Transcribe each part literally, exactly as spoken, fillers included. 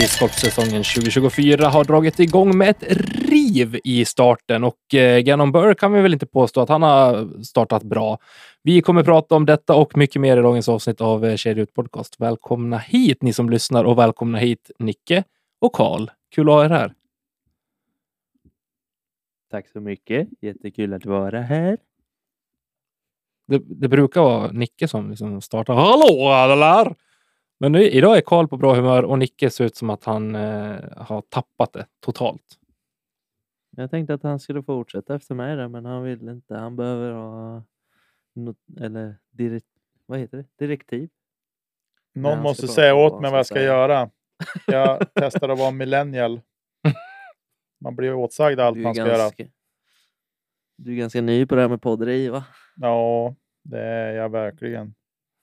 discgolfsäsongen tjugo tjugofyra har dragit igång med ett riv i starten och eh, Gannon Buhr kan vi väl inte påstå att han har startat bra. Vi kommer prata om detta och mycket mer i dagens avsnitt av eh, Kedja Ut Podcast. Välkomna hit ni som lyssnar och välkomna hit Nicke och Karl. Kul att ha er här. Tack så mycket. Jättekul att vara här. Det, det brukar vara Nicke som liksom startar. Hallå alla! Men nu, idag är Karl på bra humör och Nicke ser ut som att han eh, har tappat det totalt. Jag tänkte att han skulle fortsätta efter mig där, men han vill inte. Han behöver ha något, eller direkt, vad heter det? Direktiv. Någon måste säga åt mig vad jag ska säga. göra. Jag testar att vara millennial. Man blir åtsagd allt man ska ganska, göra. Du är ganska ny på det här med podderi, va? Ja, det är jag verkligen.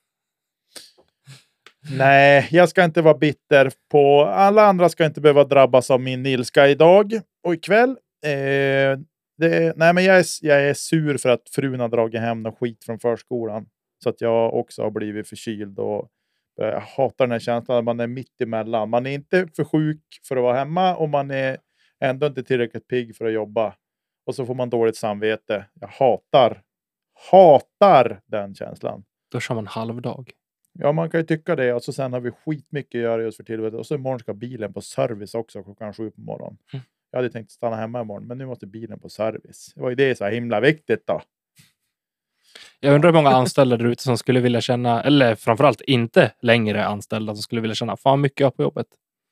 Nej, jag ska inte vara bitter på. Alla andra ska inte behöva drabbas av min ilska idag och ikväll. Eh, det, nej, men jag är, jag är sur för att frun har dragit hem något skit från förskolan. Så att jag också har blivit förkyld. Och jag hatar den här känslan att man är mitt emellan. Man är inte för sjuk för att vara hemma och man är ändå inte tillräckligt pigg för att jobba. Och så får man dåligt samvete. Jag hatar, hatar den känslan. Då kör man halvdag. Ja, man kan ju tycka det. Och så sen har vi skitmycket att göra just för tillfället. Och så imorgon ska bilen på service också klockan sju på morgonen. Mm. Jag hade tänkt stanna hemma imorgon. Men nu måste bilen på service. Det var ju det så himla viktigt då. Jag undrar hur många anställda där ute som skulle vilja känna, eller framförallt inte längre anställda som skulle vilja känna, fan mycket jag på jobbet.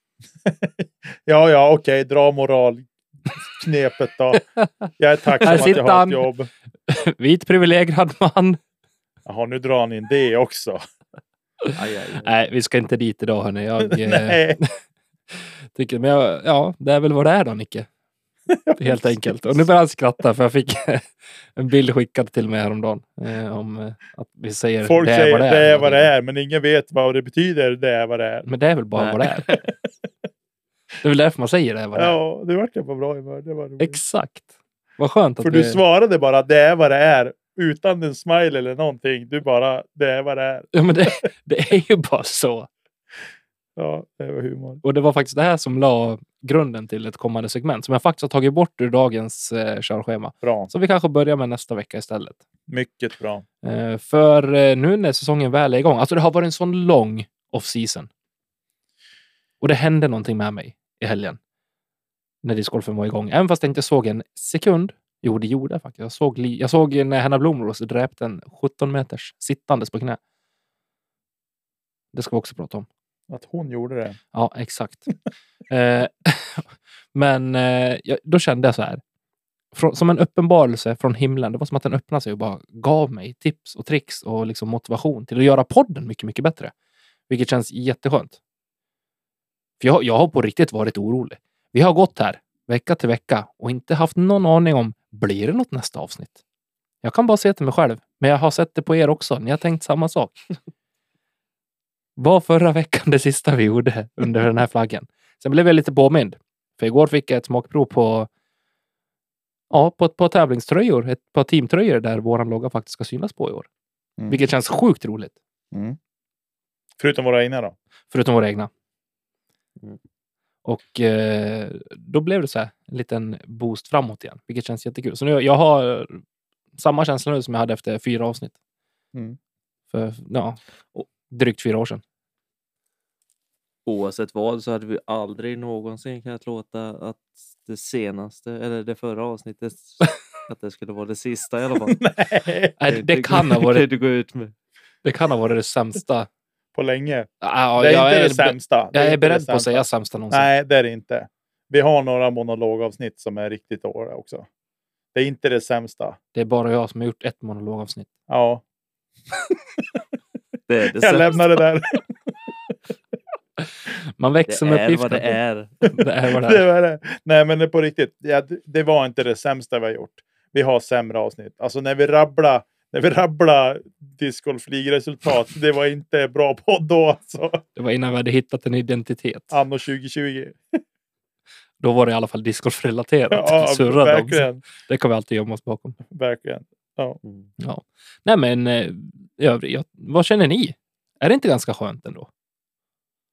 ja, ja, okej. Okay. Dra moral. Knepet då. Jag är tacksam att jag har ett jobb. Vit privilegierad man. Jaha, nu drar ni in det också. Aj, aj, aj. Nej, vi ska inte dit idag hörni. Jag eh, tycker, men jag, ja, det är väl vad det är då, Nicke. Helt enkelt. Och nu börjar han skratta för jag fick en bild skickad till mig häromdagen eh, om eh, att vi säger folk det är säger vad det är. Det är vad det är, men ingen vet vad det betyder. Det är vad det är. Men det är väl bara Nej. vad det är. Det är väl därför man säger det är vad det är. Ja, det vart det på bra humör. Det var exakt. Vad skönt att för det... du svarade bara att det är vad det är. Utan en smile eller någonting. Du bara, det är vad det är. Ja, men det, det är ju bara så. Ja, det var humor. Och det var faktiskt det här som la grunden till ett kommande segment. Som jag faktiskt har tagit bort ur dagens eh, körschema. Bra. Så vi kanske börjar med nästa vecka istället. Mycket bra. Eh, för eh, nu när säsongen väl är igång. Alltså det har varit en sån lång off-season. Och det hände någonting med mig i helgen. När discgolfen var igång. Även fast jag inte såg en sekund. Jo, det gjorde jag faktiskt. Jag såg, li- jag såg när Hanna Blomros dräpte en sjutton meters sittandes på knä. Det ska vi också prata om. Att hon gjorde det. Ja, exakt. eh, men eh, då kände jag så här. Från, som en uppenbarelse från himlen. Det var som att den öppnade sig och bara gav mig tips och tricks och liksom motivation till att göra podden mycket, mycket bättre. Vilket känns jätteskönt. För jag, jag har på riktigt varit orolig. Vi har gått här vecka till vecka och inte haft någon aning om blir det något nästa avsnitt. Jag kan bara se till mig själv, men jag har sett det på er också. Ni har tänkt samma sak. Var förra veckan det sista vi gjorde under den här flaggen. Sen blev jag lite påmind. För igår fick jag ett smakprov på ja, på ett par tävlingströjor, ett par teamtröjor där våran logga faktiskt ska synas på i år. Mm. Vilket känns sjukt roligt. Mm. Förutom våra egna då? Förutom våra egna. Mm. Och eh, då blev det så här en liten boost framåt igen. Vilket känns jättekul. Så nu jag har samma känsla nu som jag hade efter fyra avsnitt. Mm. För ja, drygt fyra år sedan. Oavsett vad så hade vi aldrig någonsin kunnat låta att det senaste, eller det förra avsnittet, att det skulle vara det sista i alla fall. Nej, det, det kan ha varit det, ut med. Det kan ha varit det sämsta. På länge. Ja, det är jag inte är, det sämsta. Jag är, är beredd på att säga sämsta någonsin. Nej, det är det inte. Vi har några monologavsnitt som är riktigt dåliga också. Det är inte det sämsta. Det är bara jag som har gjort ett monologavsnitt. Ja. Det är det jag sämsta. lämnar det där. Man växer med uppgiften. Det är vad det är. Det är vad det är. Det var det. Nej, men det är på riktigt. Ja, det var inte det sämsta vi har gjort. Vi har sämre avsnitt. Alltså när vi rabblar När vi rabblar discgolf-ligresultat, det var inte bra podd då. Alltså. Det var innan vi hade hittat en identitet. Anno tjugo tjugo. Då var det i alla fall discgolf-relaterat. Ja, Surrade verkligen. Också. Det kan vi alltid gömma oss bakom. Verkligen. Ja. Mm. Ja. Nej men, eh, jag, vad känner ni? Är det inte ganska skönt ändå?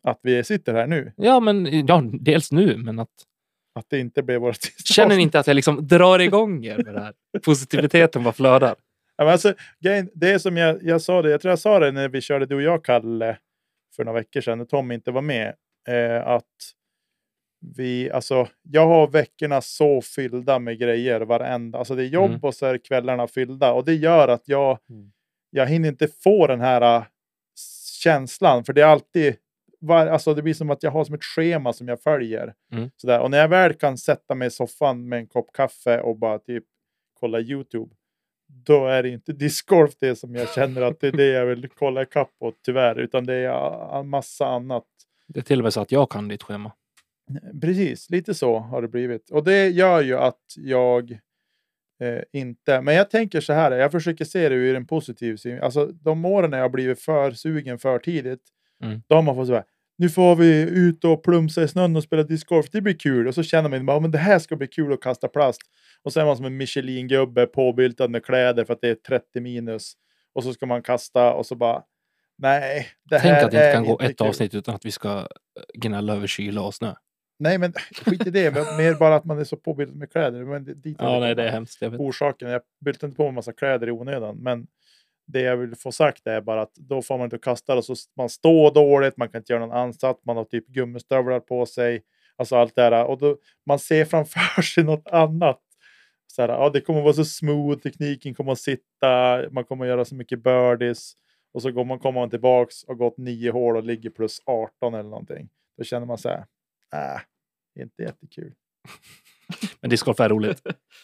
Att vi sitter här nu. Ja, men ja, dels nu, men att... Att det inte blev vårt sista Känner ni avsnitt. inte att jag liksom drar igång er med det här? Positiviteten bara flödar. Ja, men alltså, grejen- det är som jag, jag sa det. Jag tror jag sa det när vi körde du och jag, Kalle, för några veckor sedan. När Tom inte var med. Eh, att vi, alltså, jag har veckorna så fyllda med grejer varenda. Alltså det är jobb Mm. och så är kvällarna fyllda. Och det gör att jag, Mm. jag hinner inte få den här uh, känslan. För det är alltid, var, alltså det blir som att jag har som ett schema som jag följer. Mm. Sådär. Och när jag väl kan sätta mig i soffan med en kopp kaffe och bara typ kolla YouTube. Då är det inte discgolf det som jag känner att det är det jag vill kolla ikapp på, tyvärr. Utan det är en massa annat. Det är till och med så att jag kan ditt schema. Precis, lite så har det blivit. Och det gör ju att jag eh, inte... Men jag tänker så här, jag försöker se det ur en positiv syn. Alltså de åren när jag har blivit för sugen för tidigt, Mm. då har man fått så här, nu får vi ut och plumsa i snön och spela discgolf, det blir kul. Och så känner man, ja, men det här ska bli kul att kasta plast. Och så är man som en Michelin-gubbe påbyltad med kläder för att det är trettio minus. Och så ska man kasta och så bara, nej, det här Tänk att det inte är kan gå inte ett kul. avsnitt utan att vi ska gnälla över kyla och snö. Nej, men skit i det. Men mer bara att man är så påbyltad med kläder. Men det, dit Ja, nej, det är hemskt. Jag vet. orsaken. Jag bytte inte på en massa kläder i onödan. Men det jag vill få sagt är bara att då får man inte kasta och så man står dåligt. Man kan inte göra någon ansats. Man har typ gummistövlar på sig. Alltså allt det här. Och då, man ser framför sig något annat. Så här, ja, det kommer vara så smooth. Tekniken kommer att sitta. Man kommer att göra så mycket birdies. Och så går man, kommer man tillbaks och gått nio hål och ligger plus arton eller någonting. Då känner man så här, äh, det är inte jättekul. Men discgolf är roligt.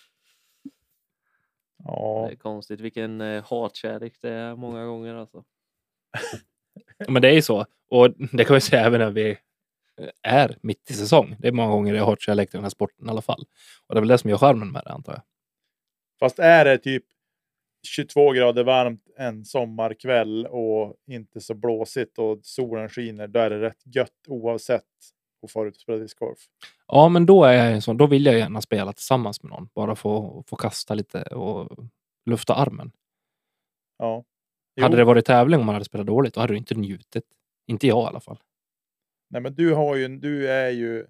Ja, Det är konstigt vilken eh, hatkärlek det är många gånger alltså. Men det är ju så. Och det kan vi säga även när vi är mitt i säsong. Det är många gånger jag har kärlek till den här sporten i alla fall. Och det är väl det som gör charmen med det, antar jag. fast är det typ tjugotvå grader varmt en sommarkväll och inte så blåsigt och solen skiner, då är det rätt gött oavsett att få ut och spela discgolf. Ja, men då är jag en sån. Då vill jag gärna spela tillsammans med någon. Bara få, få kasta lite och lufta armen. Ja. Jo, Hade det varit tävling om man hade spelat dåligt, då hade du inte njutit. Inte jag i alla fall. nej, men du har ju, du är ju,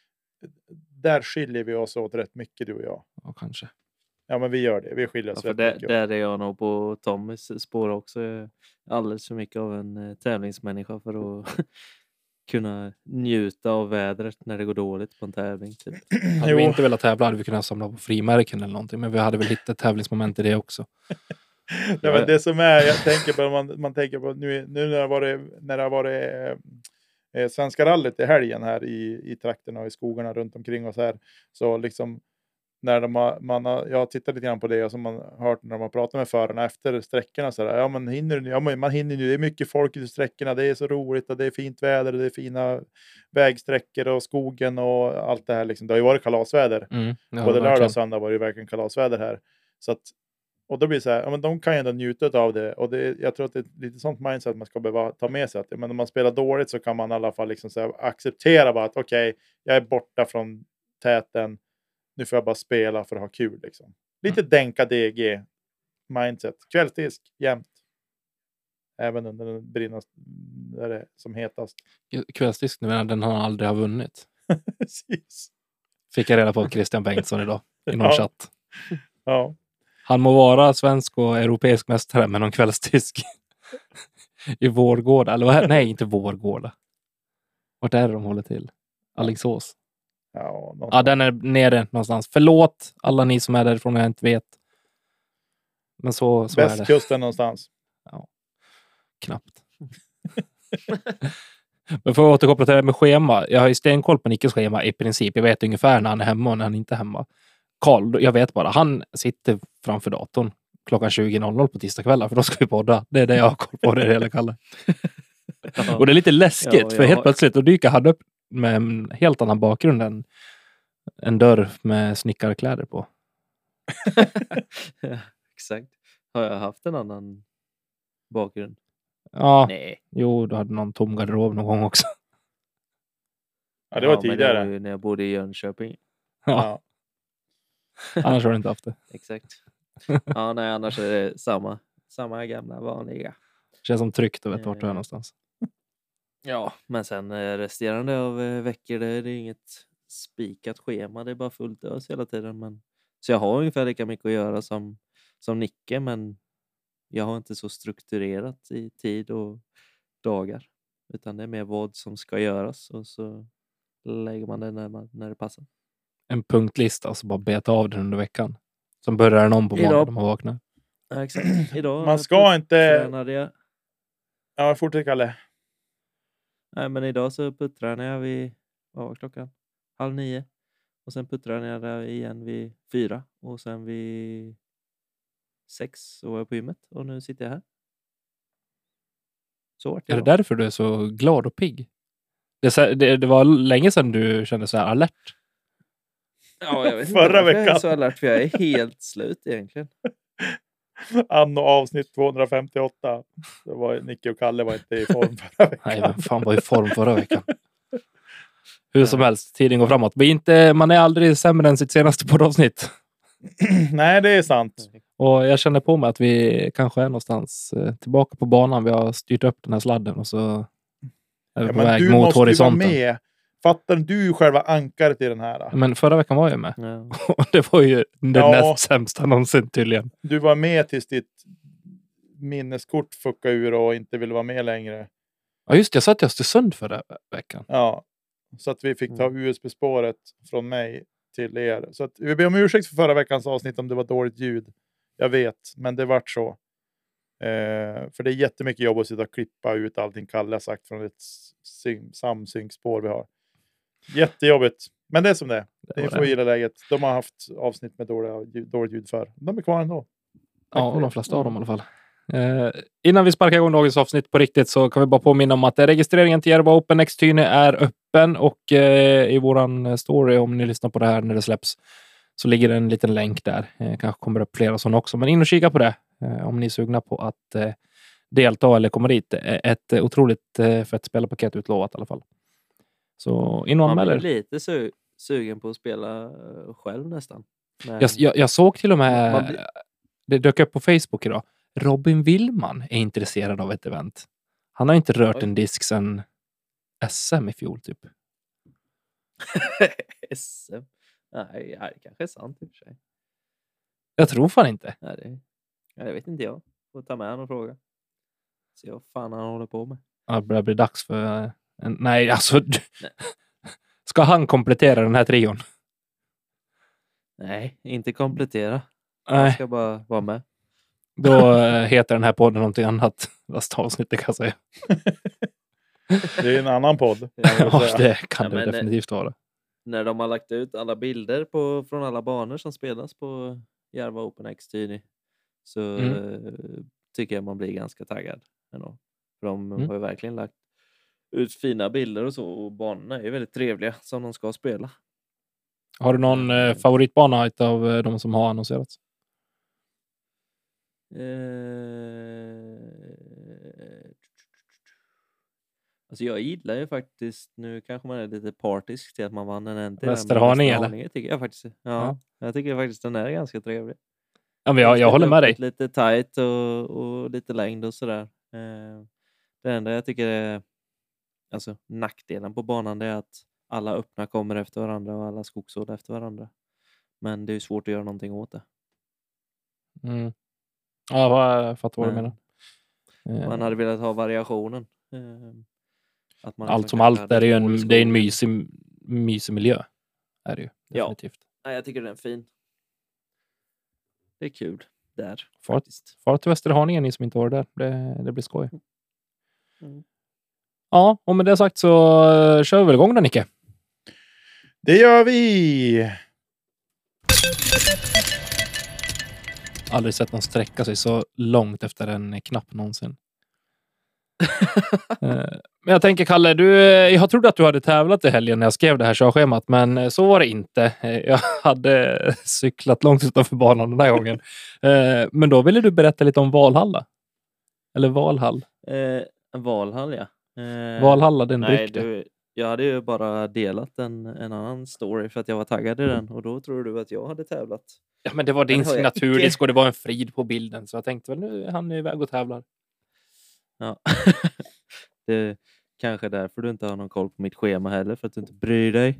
där skiljer vi oss åt rätt mycket, du och jag. Ja, kanske. Ja, men vi gör det. Vi skiljer Ja, oss för rätt det, mycket. där är jag nog på Tommys spår också. Jag är alldeles för mycket av en eh, tävlingsmänniska för att kunna njuta av vädret när det går dåligt på en tävling. Typ. Hade Jo. vi inte velat tävla hade vi kunnat samla på frimärken eller någonting. Men vi hade väl hittat tävlingsmoment i det också. Nej, men det som är, jag tänker på, man, man tänker på nu, nu när det har varit, när det har varit eh, eh, Svenska rallyt i helgen här i, i trakterna och i skogarna runt omkring oss här. Så liksom, när de har, man har, jag har tittat lite grann på det och som man har hört när man pratar med förarna efter sträckorna så här, ja men hinner du, ja men man hinner nu, det är mycket folk i sträckorna, det är så roligt och det är fint väder och det är fina vägsträckor och skogen och allt det här liksom. Det har ju varit kalasväder. Mm, ja, Både verkligen. lördag och söndag var det ju verkligen kalasväder här. Så att, och då blir det så här, ja men de kan ju ändå njuta av det. Och det, jag tror att det är lite sånt mindset man ska behöva ta med sig. Att, men om man spelar dåligt så kan man i alla fall liksom så här, acceptera bara att okej, okay, jag är borta från täten. Nu får jag bara spela för att ha kul liksom. Lite mm. Denka D G mindset. Kvällsdisk, jämt. Även under den brinnaste, där det är som hetast. Kvällsdisk, den har aldrig har vunnit. Precis. Fick jag reda på Christian Bengtsson idag i någon ja. chatt. Ja. Han må vara svensk och europeisk mästare med någon kvällsdisk i Vårgårda. Eller vad? Nej, inte Vårgårda. Vart är det de håller till? Alingsås. Ja, ja, den är nere någonstans. Förlåt alla ni som är därifrån jag inte vet. Men så, så är det. Västkusten någonstans. Ja, knappt. Men för att återkoppla till det med schema. Jag har ju stenkoll på Nickes schema i princip. Jag vet ungefär när han är hemma och när han inte är hemma. Karl, jag vet bara. Han sitter framför datorn klockan tjugo noll noll på tisdagskvällar. För då ska vi podda. Det är det jag har koll på. Det är det hela Kalle. Ja. Och det är lite läskigt. Ja, för helt har... plötsligt då dyker han upp med en helt annan bakgrund än en dörr med snickarkläder på. Ja, exakt. Har jag haft en annan bakgrund? Ja, nej. Jo, du hade någon tom garderob någon gång också. Ja, det var ja, tidigare. Men det var ju när jag bodde i Jönköping. Ja. ja. Annars har du inte haft det. Exakt. Ja, nej, annars är det samma. Samma gamla vanliga. Känns som tryggt att veta vart du är någonstans. Ja, men sen eh, resterande av eh, veckor det är det inget spikat schema. Det är bara fullt ös hela tiden. Men... Så jag har ungefär lika mycket att göra som, som Nicke, men jag har inte så strukturerat i tid och dagar. Utan det är mer vad som ska göras och så lägger man det när, man, när det passar. En punktlista och så bara beta av den under veckan. Som börjar den om på Idag- morgonen när man vaknar. Ja, exakt. Idag Man ska inte... tränade jag. Ja, fortsätt Kalle. Nej, men idag så puttrade jag vid, vad var klockan? Halv nio. Och sen puttrade jag där igen vid fyra. Och sen vid sex så var jag på gymmet. Och nu sitter jag här. Så vart Är det därför du är så glad och pigg? Det, är så- det, det var länge sedan du kände så här alert. Ja, jag vet Förra inte varför jag är veckan. så alert, för jag är helt slut egentligen. Anno avsnitt tvåhundrafemtioåtta. Det var Nicke och Kalle var inte i form förra veckan. Nej, men fan var i form förra veckan. Hur som helst, tiden går framåt. Men inte, man är aldrig sämre än sitt senaste poddavsnitt. Nej, det är sant. Och jag känner på mig att vi kanske är någonstans eh, tillbaka på banan. Vi har styrt upp den här sladden och så är vi Ja, på men väg du mot måste ju vara horisonten. med. Fattar du själva ankaret i den här? Men förra veckan var jag med. Ja. Och det var ju det Ja. näst sämsta någonsin tydligen. Du var med tills ditt minneskort fuckade ur och inte ville vara med längre. Ja just det, jag satt i Östersund förra veckan. Ja, så att vi fick ta U S B-spåret från mig till er. Så att vi ber om ursäkt för förra veckans avsnitt om det var dåligt ljud. Jag vet, men det vart så. Eh, för det är jättemycket jobb att sitta och klippa ut allting Kalle har sagt från ett syn- samsynkspår vi har. Jättejobbigt. Men det är som det är. Det Ni var får det. gilla läget. De har haft avsnitt med dåliga, ljud- dåligt ljud för. De är kvar ändå. Ja, och de flesta av dem i alla fall. Eh, innan vi sparkar igång dagens avsnitt på riktigt så kan vi bara påminna om att registreringen till Järva Open X Tyne är öppen och eh, i våran story, om ni lyssnar på det här när det släpps, så ligger det en liten länk där. Eh, kanske kommer upp flera sådana också, men in och kika på det eh, om ni är sugna på att eh, delta eller komma dit. Eh, Ett eh, otroligt eh, fett spelarpaket utlovat i alla fall. Så in och Man anmäl blir er. lite su- sugen på att spela eh, själv nästan. Men, Jag, jag, jag såg till och med, Man blir- det dök upp på Facebook idag. Robin Willman är intresserad av ett event. Han har inte rört Oj. en disk sedan S M i fjol typ. S M. Nej, ja, det kanske är sant i och för sig. Jag tror fan inte. Nej, det, nej, det vet inte jag. Får ta med honom och fråga. Se vad fan han håller på med. Ja, det börjar bli dags för eh, en, nej, alltså du- Nej. ska han komplettera den här trion? Nej, inte komplettera. Han Nej, ska bara vara med. då eh, heter den här podden någonting annat. Nästa avsnittet kan jag säga. Det är en annan podd. Ja, det kan Ja, det men, eh, definitivt vara. När de har lagt ut alla bilder på, från alla banor som spelas på Järva Open X Tyne så Mm. eh, tycker jag man blir ganska taggad ändå. För de Mm. har ju verkligen lagt ut fina bilder och så, och banorna är ju väldigt trevliga som de ska spela. Har du någon eh, favoritbana av eh, de som har annonserats? Eh, Alltså jag gillar ju faktiskt, nu kanske man är lite partisk till att man vann en N T. Västerhaninge, eller? Västerhaninge tycker jag faktiskt. Ja, Ja. jag tycker faktiskt den är ganska trevlig. Ja, men jag, jag håller med dig. Lite, lite tight och, och lite längd och sådär. Eh, det enda jag tycker är alltså nackdelen på banan det är att alla öppna kommer efter varandra och alla skogsåd efter varandra. Men det är ju svårt att göra någonting åt det. Mm. Ja, jag fattar vad du Men menar. Eh, Man hade velat ha variationen. Eh, att man Allt liksom som kanske allt hade är det ju mål i en, det är en skogen. mysig, mysig miljö. Är det ju. Ja. Definitivt. Nej, jag tycker den är fin. Det är kul där. Far, faktiskt. far till Västerhaninge, ni som inte var där. Det, det blir skoj. Mm. Ja, och med det sagt så uh, kör vi väl igång då, Nicke. Det gör vi! Aldrig sett någon sträcka sig så långt efter en knapp någonsin. Eh, Men jag tänker, Kalle, du, eh, jag trodde att du hade tävlat i helgen när jag skrev det här körschemat, men eh, så var det inte. Eh, Jag hade cyklat långt utanför banan den här gången. Eh, Men då ville du berätta lite om Valhalla. Eller Valhall. Eh, en Valhall, ja. Eh, Valhalla, den nej, rykte. du, jag hade ju bara delat en, en annan story för att jag var taggad i den. Och då tror du att jag hade tävlat. Ja, men det var din det har jag signaturdisk icke. och det var en frid på bilden. Så jag tänkte väl, nu är han iväg och tävlar. Ja. det, Kanske därför du inte har någon koll på mitt schema heller, för att du inte bryr dig.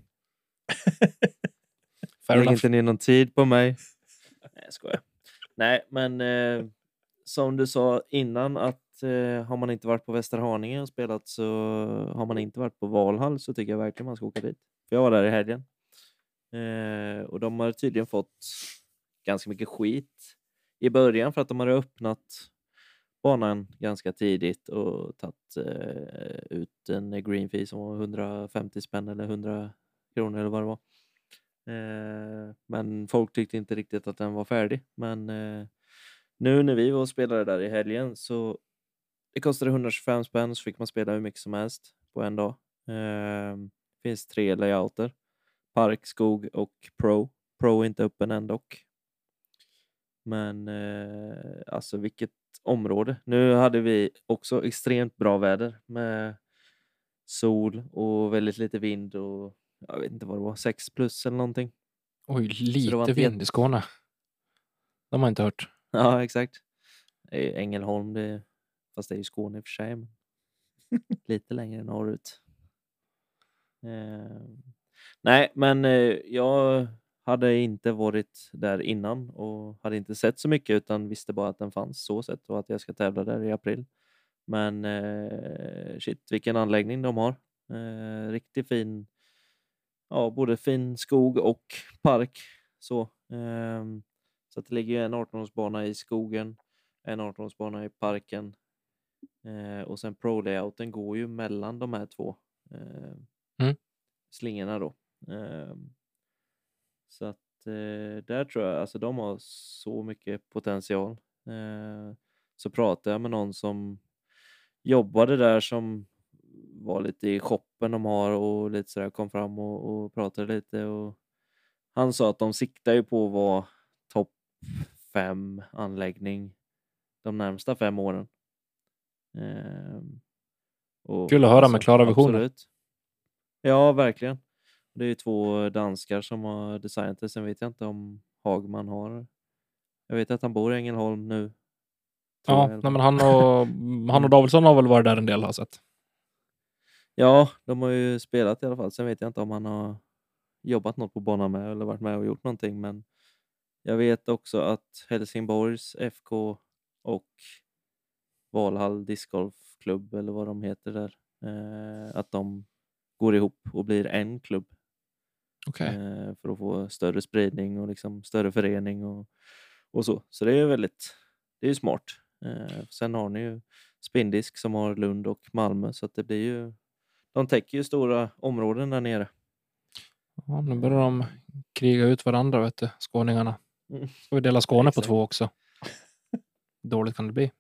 Fair Lägg enough. inte ner någon tid på mig. Nej, jag skojar. Nej, men eh, som du sa innan, att eh, har man inte varit på Västerhaninge och spelat, så har man inte varit på Valhall, så tycker jag verkligen man ska åka dit. För jag var där i helgen. Eh, och de har tydligen fått ganska mycket skit i början för att de hade öppnat banan ganska tidigt och tagit eh, ut en green fee som var hundrafemtio spänn eller hundra kronor eller vad det var. Eh, men folk tyckte inte riktigt att den var färdig. Men eh, nu när vi var och spelade där i helgen, så det kostade hundratjugofem spänn, så fick man spela hur mycket som helst på en dag. Eh, finns tre layouter. Park, skog och pro. Pro är inte öppen än dock. Men eh, alltså vilket område. Nu hade vi också extremt bra väder med sol och väldigt lite vind och jag vet inte vad det var, sex plus eller någonting. Oj, Så det var lite inte vind i Skåne. De har jag inte hört. Ja, exakt. Det är Ängelholm, det, fast det är ju Skåne i och för sig. Men lite längre norrut. Eh, nej, men eh, jag hade inte varit där innan och hade inte sett så mycket, utan visste bara att den fanns så sett och att jag ska tävla där i april. Men eh, shit, vilken anläggning de har. Eh, riktigt fin, ja, både fin skog och park. Så, eh, så att det ligger en arton-hålsbana i skogen, en arton-hålsbana i parken. Eh, och sen pro-layouten går ju mellan de här två eh, Mm. slingorna då. Eh, så att eh, där tror jag, alltså de har så mycket potential. Eh, så pratade jag med någon som jobbade där, som var lite i shoppen de har och lite sådär, kom fram och, och pratade lite, och han sa att de siktar ju på att vara topp fem anläggning de närmsta fem åren. Ehm, och Kul att höra alltså, med klara visioner. absolut. Ja, verkligen. Det är ju två danskar som har designat det. Sen vet jag inte om Hagman har. Jag vet att han bor i Ängelholm nu. tror Ja, jag i alla nej, fall. men han och, han och Davidsson har väl varit där en del, har jag sett. Ja, de har ju spelat i alla fall. Sen vet jag inte om han har jobbat något på banan med eller varit med och gjort någonting. Men jag vet också att Helsingborgs F K och Valhall discgolfklubb, eller vad de heter där, eh, att de går ihop och blir en klubb. Okej. eh, för att få större spridning och liksom större förening och, och så. Så det är väldigt, det är ju smart. Eh, sen har ni ju Spindisk som har Lund och Malmö, så att det blir ju, de täcker ju stora områden där nere. Ja, nu börjar de kriga ut varandra, vet du, skåningarna. Mm. Ska vi dela Skåne på Exakt. två också? Dåligt kan det bli.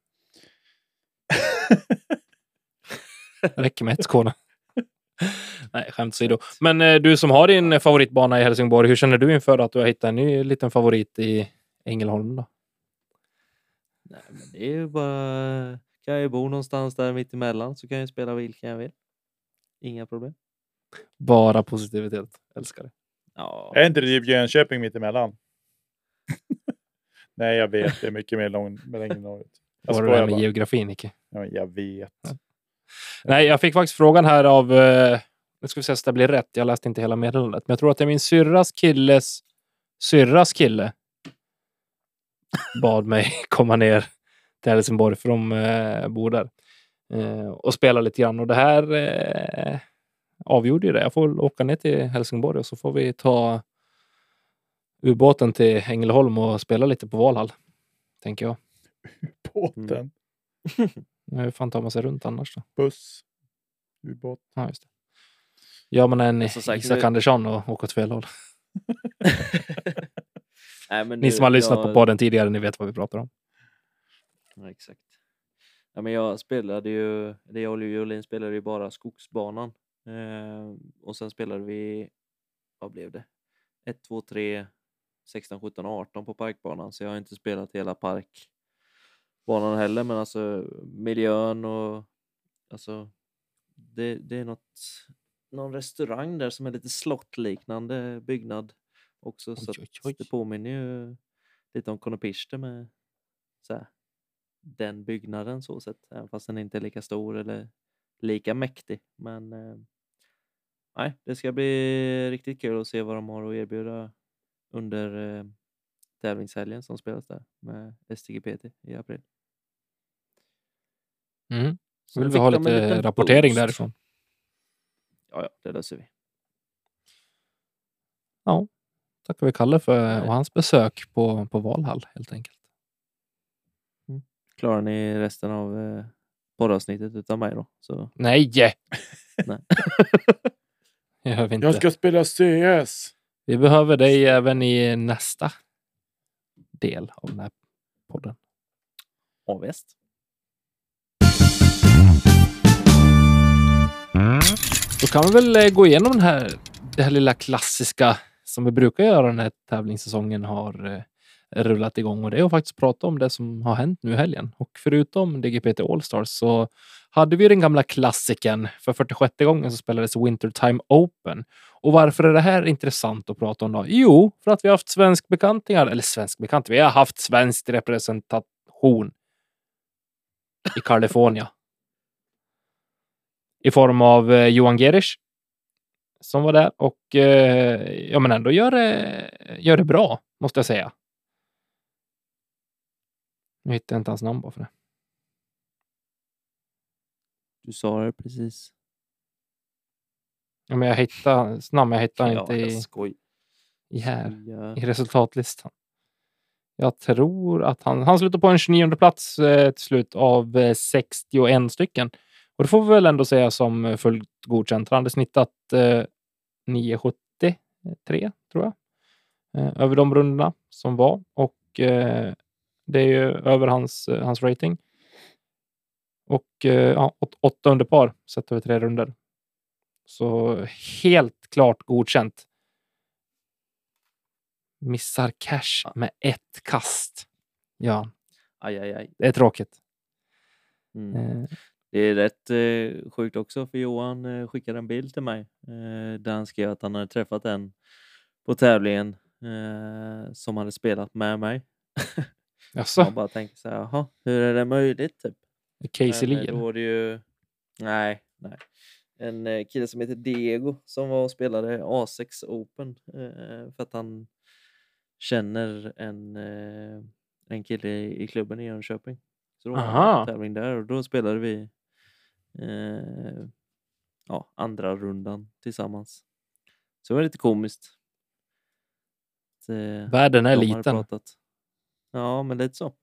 Räcker med ett Skåne. Nej, skämt åsido. Men eh, du som har din favoritbana i Helsingborg, hur känner du inför att du har hittat en ny liten favorit i Ängelholm då? Nej, men det är ju bara, kan jag ju bo någonstans där mitt emellan, så kan jag spela vilken jag vill. Inga problem. Bara positivitet. Älskar det. Ja, Är inte det typ Jönköping mitt emellan? Nej, jag vet. Det är mycket mer lång, längre norrut. Jag Var det där skojar med bara. geografin, Nicke? Ja, men jag vet. Nej, jag fick faktiskt frågan här av, eh, nu ska vi se så det blir rätt. Jag läste inte hela meddelandet, men jag tror att det är min syrras killes syrras kille bad mig komma ner till Helsingborg, för de eh, bor där eh, och spela lite grann. Och det här eh, avgjorde ju det. Jag får åka ner till Helsingborg och så får vi ta ubåten till Ängelholm och spela lite på Valhall, tänker jag. Båten. Hur fan tar man sig runt annars då? Buss. Ubåt. Ja, just det. Ja, men en Som sagt, Isak nu- Andersson och åka åt fel håll. Nej, men Ni nu- som har lyssnat jag- på podden tidigare, ni vet vad vi pratar om. Ja, exakt. Ja, men jag spelade ju, det jag och Jolin spelade ju bara skogsbanan. Eh, och sen spelade vi, vad blev det? ett, två, tre, sexton, sjutton, arton på parkbanan. Så jag har inte spelat hela parkbanan heller. Men alltså miljön och alltså det, det är något, någon restaurang där som är lite slottliknande byggnad också. Oj, så att oj, oj. det påminner ju lite om Konopiste med så här, den byggnaden så sett, även fast den inte är lika stor eller lika mäktig. Men eh, nej, det ska bli riktigt kul att se vad de har att erbjuda under eh, tävlingshelgen som spelas där med S T G P T i april. Mm. Så Vill nu vi fick ha de en lite liten rapportering boost. därifrån? Ja, ja, det löser vi. Ja, tackar vi Kalle för Nej. och hans besök på, på Valhall helt enkelt. Klarar ni resten av eh, poddavsnittet utan mig då? Så Nej! nej. Det gör vi inte. Jag ska spela C S. Vi behöver dig även i nästa del av den här podden. Ja, visst. Då kan vi väl eh, gå igenom den här, det här lilla klassiska som vi brukar göra när tävlingssäsongen har eh, rullat igång. Och det är att faktiskt prata om det som har hänt nu i helgen. Och förutom D G P T All-Stars så hade vi den gamla klassiken. För fyrtiosjätte gången så spelades Wintertime Open. Och varför är det här intressant att prata om då? Jo, för att vi har haft svensk bekantingar. Eller svensk bekant. Vi har haft svensk representation i Kalifornien. I form av eh, Johan Gerisch som var där och eh, ja, men ändå gör det, gör det bra, måste jag säga. Nu hittar jag inte hans namn bara för det. Du sa det precis. Ja, men jag hittar hans namn, jag hittar Ja, inte jag i, skoj. i här, Ja. i resultatlistan. Jag tror att han, han slutar på en tjugonionde plats eh, till slut av eh, sextioen stycken. Och det får vi väl ändå säga som fullt godkänt. Han hade snittat eh, nio sjuttiotre tror jag. Eh, över de rundorna som var. Och eh, det är ju över hans, eh, hans rating. Och eh, ja, åt, åtta under par sett över tre runder. Så helt klart godkänt. Missar cash med ett kast. Ja, Aj, aj, aj. det är tråkigt. Mm. Eh, Det är rätt eh, sjukt också för Johan eh, skickade en bild till mig eh, där han skrev att han hade träffat en på tävlingen eh, som hade spelat med mig. Jaså, Man bara tänker så här, jaha, hur är det möjligt typ? Casey Men, eh, Lee. då var det ju, nej, nej. En eh, kille som heter Diego som var och spelade A sex Open eh, för att han känner en, eh, en kille i, i klubben i Jönköping. Så då var Aha. han på tävling där och då spelade vi eh, ja, andra rundan tillsammans. Så det var lite komiskt. Att, eh, Världen är de hade liten. pratat. Ja, men lite så.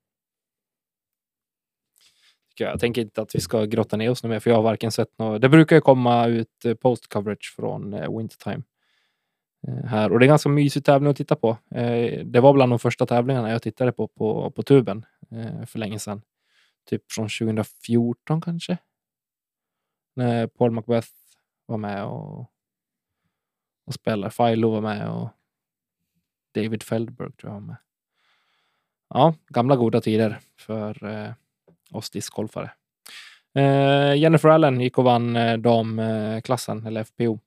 Jag tänker inte att vi ska grotta ner oss nu mer, för jag har varken sett något. Det brukar ju komma ut eh, post-coverage från eh, Wintertime eh, här. Och det är ganska mysigt tävling att titta på. Eh, det var bland de första tävlingarna jag tittade på på, på tuben eh, för länge sedan. Typ från tjugofjorton kanske. När Paul Macbeth var med och, och spelade. Philo var med och David Feldberg tror jag var med. Ja, gamla goda tider för eh, oss discgolfare. Eh, Jennifer Allen gick och vann eh, damklassen, eller F P O.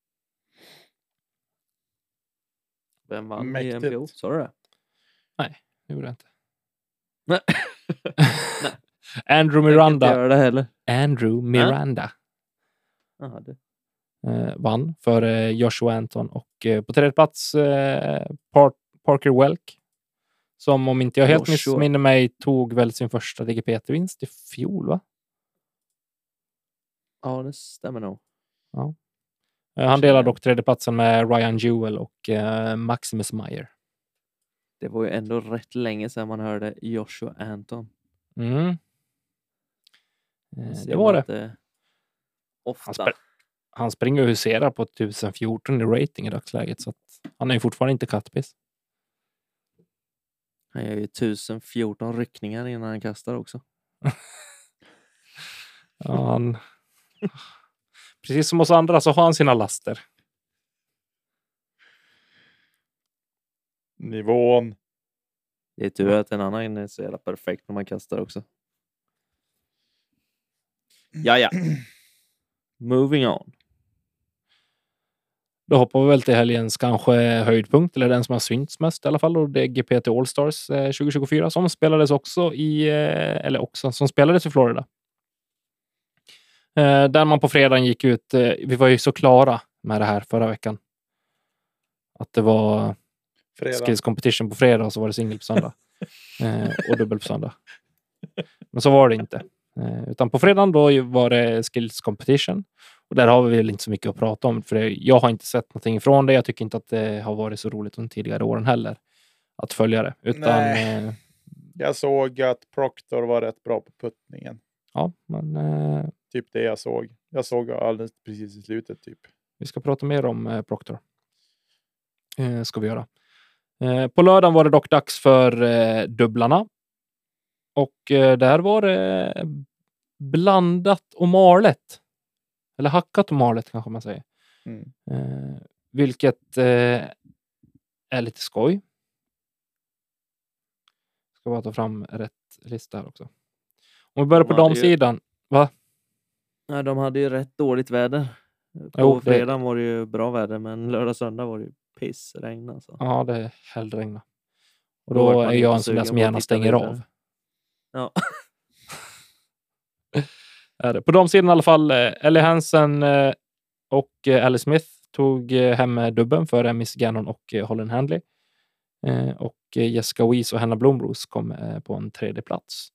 Vem vann i Mäktigt. M P O? Sa du det? Nej, det gjorde jag inte. Nej. Andrew Jag kan inte Miranda. göra det heller. Andrew Miranda Jaha, det. eh, vann för eh, Joshua Anton. Och eh, på tredje plats eh, Par- Parker Welk. Som om inte jag helt Joshua. missminner mig tog väl sin första D G P T-vinst i fjol, va? Ja, det stämmer nog. Eh, han delar dock tredjeplatsen med Ryan Jewell och eh, Maximus Meyer. Det var ju ändå rätt länge sedan man hörde Joshua Anton. Mm. Eh, Ser det var man det. inte ofta. Han, spr- han springer och huserar på tusen fjorton i rating i dagsläget, så att han är ju fortfarande inte kattpiss. Han gör ju tusen fjorton ryckningar innan han kastar också. Ja, han... Precis som oss andra så har han sina laster. Nivån. Det är tur att en annan är så jävla perfekt när man kastar också. Ja, ja. Moving on. Då hoppar vi väl till helgens kanske höjdpunkt, eller den som har synts mest i alla fall, och det är G P T All-Stars eh, tjugo tjugofyra som spelades också i, eh, eller också, som spelades i Florida. Eh, där man på fredagen gick ut. Eh, vi var ju så klara med det här förra veckan. Att det var Fredag. skills competition på fredag och så var det singel på söndag. eh, och dubbel på söndag. Men så var det inte. Eh, utan på fredagen då var det skills competition. Och där har vi väl inte så mycket att prata om. För det, jag har inte sett någonting ifrån det. Jag tycker inte att det har varit så roligt de tidigare åren heller. Att följa det. Utan, eh, jag såg att Proctor var rätt bra på puttningen. Ja, men... Eh, typ det jag såg. Jag såg alldeles precis i slutet typ. Vi ska prata mer om eh, Proctor. Eh, ska vi göra. Eh, på lördagen var det dock dags för eh, dubblarna. Och eh, där var det blandat och malet. Eller hackat och malet kanske man säger. Mm. Eh, vilket eh, är lite skoj. Ska bara ta fram rätt lista här också. Om vi börjar De på hade ju- damsidan. Va? Nej, de hade ju rätt dåligt väder. På Jo, det- fredagen var det ju bra väder, men lördag söndag var det ju pissregn alltså. Ja, det är hällregna. Och Då då vart man är inte jag en sån där sugen som på att gärna titta stänger vidare. av. Ja. Är det. På damsidan i alla fall. eh, Ellie Hansen eh, och eh, Alice Smith tog eh, hem eh, dubben för Miss Gannon och eh, Holland Handley. Eh, och eh, Jessica Weiss och Hannah Blomros kom eh, på en tredje plats.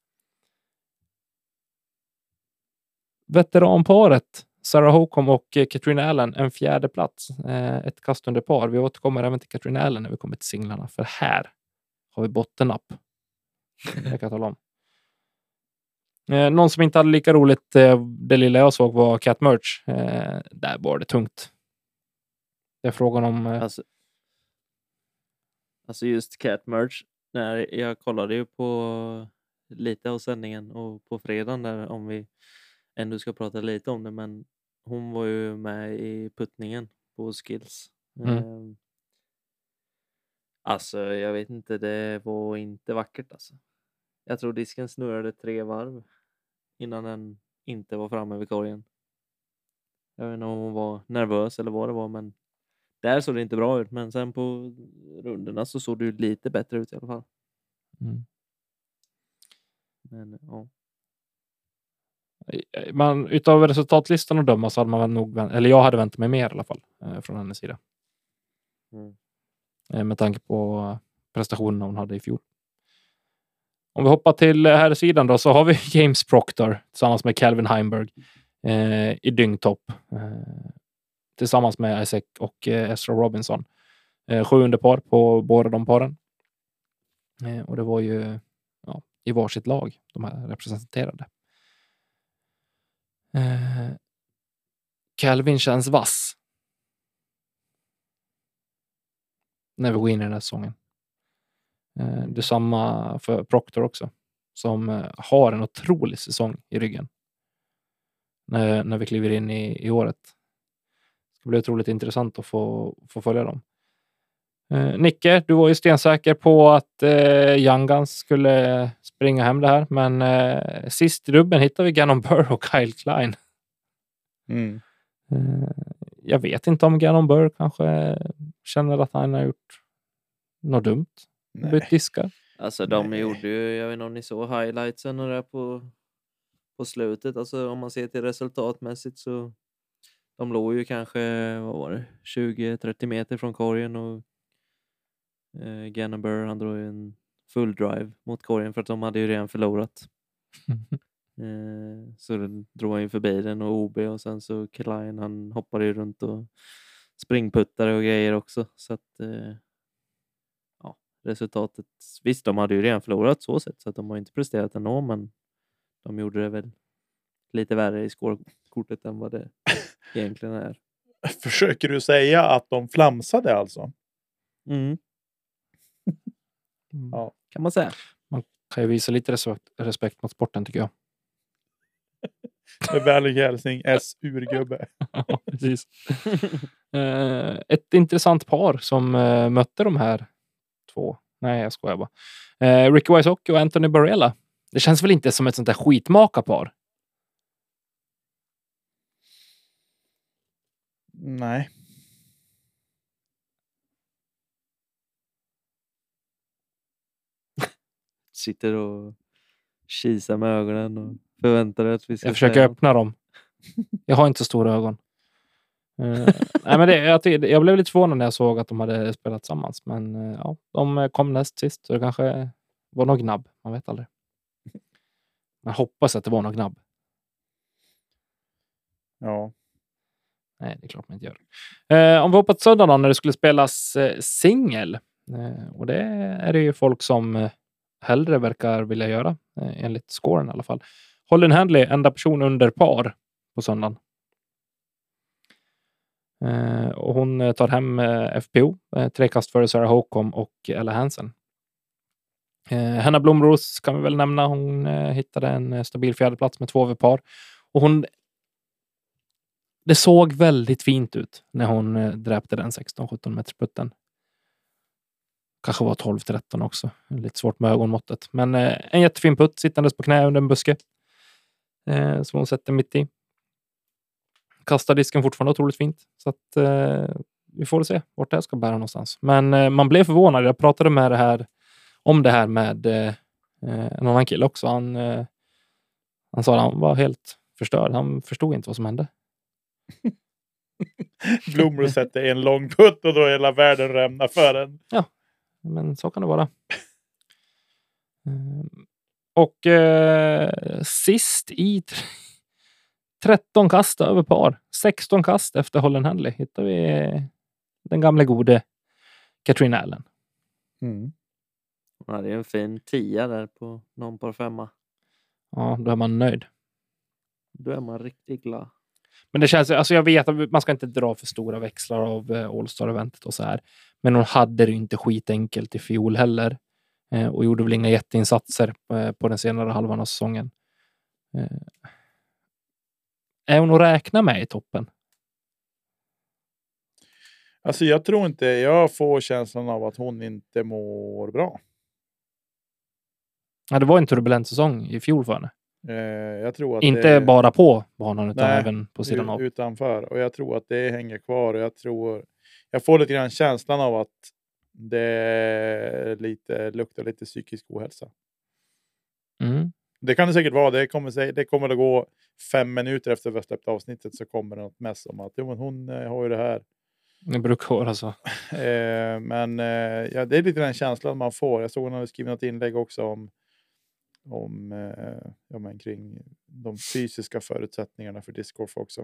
Veteranparet Sarah Holcomb och eh, Katrina Allen en fjärde plats. Eh, ett kast under par. Vi återkommer även till Katrina Allen när vi kommer till singlarna. För här har vi bottennapp. Jag kan tala om. Eh, någon som inte hade lika roligt eh, det lilla jag såg var Cat Merch. Eh, där var det tungt. Det är frågan om... Eh, Alltså, alltså just Cat Merch. När jag kollade ju på lite av sändningen och på fredagen där, om vi ändå ska prata lite om det, men hon var ju med i puttningen på skills. Mm. Eh, alltså jag vet inte, det var inte vackert alltså. Jag tror disken snurrade tre varv innan den inte var framme vid korgen. Jag vet inte om hon var nervös eller vad det var, men där såg det inte bra ut. Men sen på rundorna så såg det ju lite bättre ut i alla fall. mm. Men ja. man, utav resultatlistan att döma så hade man väl nog... vänt- Eller jag hade väntat mig mer i alla fall. Eh, från hennes sida. Mm. Eh, med tanke på prestationen hon hade i fjol. Om vi hoppar till här sidan då, så har vi James Proctor tillsammans med Calvin Heimberg eh, i dyngtopp. Eh, tillsammans med Isaac och eh, Ezra Robinson. Eh, sju under par på båda de paren. Eh, och det var ju ja, i varsitt lag de här representerade. Eh, Calvin känns vass. När vi går in i den här säsongen. Eh, det är samma för Proctor också. Som eh, har en otrolig säsong i ryggen. När, när vi kliver in i, i året. Det ska bli otroligt intressant att få, få följa dem. Eh, Nicke, du var ju stensäker på att eh, Young Guns skulle springa hem det här. Men eh, sist i dubben hittade vi Gannon Burr och Kyle Klein. Mm. Eh, jag vet inte om Gannon Burr kanske känner att han har gjort något dumt. Nej. Bytt diskar. Alltså de Nej. gjorde ju, jag vet inte om ni såg highlightsen och det på, på slutet. Alltså om man ser till resultatmässigt så de låg ju kanske, vad var det, tjugo till trettio meter från korgen och eh, Gannon Burr, han drog ju en full drive mot korgen för att de hade ju redan förlorat. Eh, så då drog han ju förbi den och O B och sen så Klein, han hoppade ju runt och springputtade och grejer också. Så att eh, ja, resultatet, visst de hade ju redan förlorat så sätt så att de har inte presterat ändå, men de gjorde det väl lite värre i scorekortet än vad det egentligen är. Försöker du säga att de flamsade alltså? Mm, Ja. kan man säga. Kan ju visa lite respekt, respekt mot sporten tycker jag. Med vänlig hälsning, S-urgubbe. Ja, precis. eh, ett intressant par som eh, mötte de här två. Nej, jag skojar bara. Eh, Ricky Wysocki och Anthony Barella. Det känns väl inte som ett sånt där skitmaka par? Nej. Sitter och kisar med ögonen och förväntar dig att vi ska Jag försöker säga öppna dem. Jag har inte så stora ögon. Uh, nej, men det, jag, jag blev lite förvånad när jag såg att de hade spelat tillsammans. Men uh, ja, de kom näst sist. Så det kanske var något gnabb. Man vet aldrig. Man hoppas att det var något gnabb. Ja. Nej, det är klart man inte gör. Uh, om vi hoppar till söndagen när det skulle spelas uh, singel. Uh, och det är det ju folk som uh, hellre verkar vilja göra. Uh, enligt scoren i alla fall. Holden Handley, enda person under par på söndagen. Uh, och hon tar hem uh, F P O, uh, tre kast före Sarah Håkom och Ella Hansen. Uh, Hanna Blomros kan vi väl nämna, hon uh, hittade en uh, stabil fjärdeplats med två över par. Och hon, det såg väldigt fint ut när hon uh, dräpte den sexton sjutton meters putten. Kanske var tolv tretton också, lite svårt med ögonmåttet. Men uh, en jättefin putt, sittandes på knä under en buske. Uh, som hon sätter mitt i. Kastar disken fortfarande otroligt fint. Så att eh, vi får se vart det ska bära någonstans. Men eh, man blev förvånad. Jag pratade med det här om det här med eh, en annan kille också. Han, eh, han sa att han var helt förstörd. Han förstod inte vad som hände. Blommor sätter en lång putt och då hela världen rämnar för en. Ja, men så kan det vara. Och eh, sist i tretton kast över par. sexton kast efter Holden Handley hittar vi den gamla gode Katrina Allen. Mm. Ja, det är en fin tia där på någon par femma. Ja, då är man nöjd. Då är man riktigt glad. Men det känns, alltså jag vet att man ska inte dra för stora växlar av All-Star-eventet och så här. Men hon hade det inte skitenkelt i fjol heller. Eh, och gjorde väl inga jätteinsatser på, på den senare halvan av säsongen. Eh, är hon att räkna med i toppen? Alltså jag tror inte, jag får känslan av att hon inte mår bra. Ja, det var en turbulent säsong i fjol för henne. Eh, jag tror att inte det, bara på banan utan nej, även på sidan av. Utanför. Och jag tror att det hänger kvar. Och jag tror, jag får lite grann känslan av att det lite, luktar lite psykisk ohälsa. Mm. Det kan det säkert vara. Det kommer, det kommer att gå fem minuter efter vi har släppt avsnittet så kommer det något mess om att jo, men hon eh, har ju det här. Det brukar vara så. eh, men eh, ja, det är lite den känslan man får. Jag såg att hon hade skrivit något inlägg också om om eh, ja, men kring de fysiska förutsättningarna för discgolf också.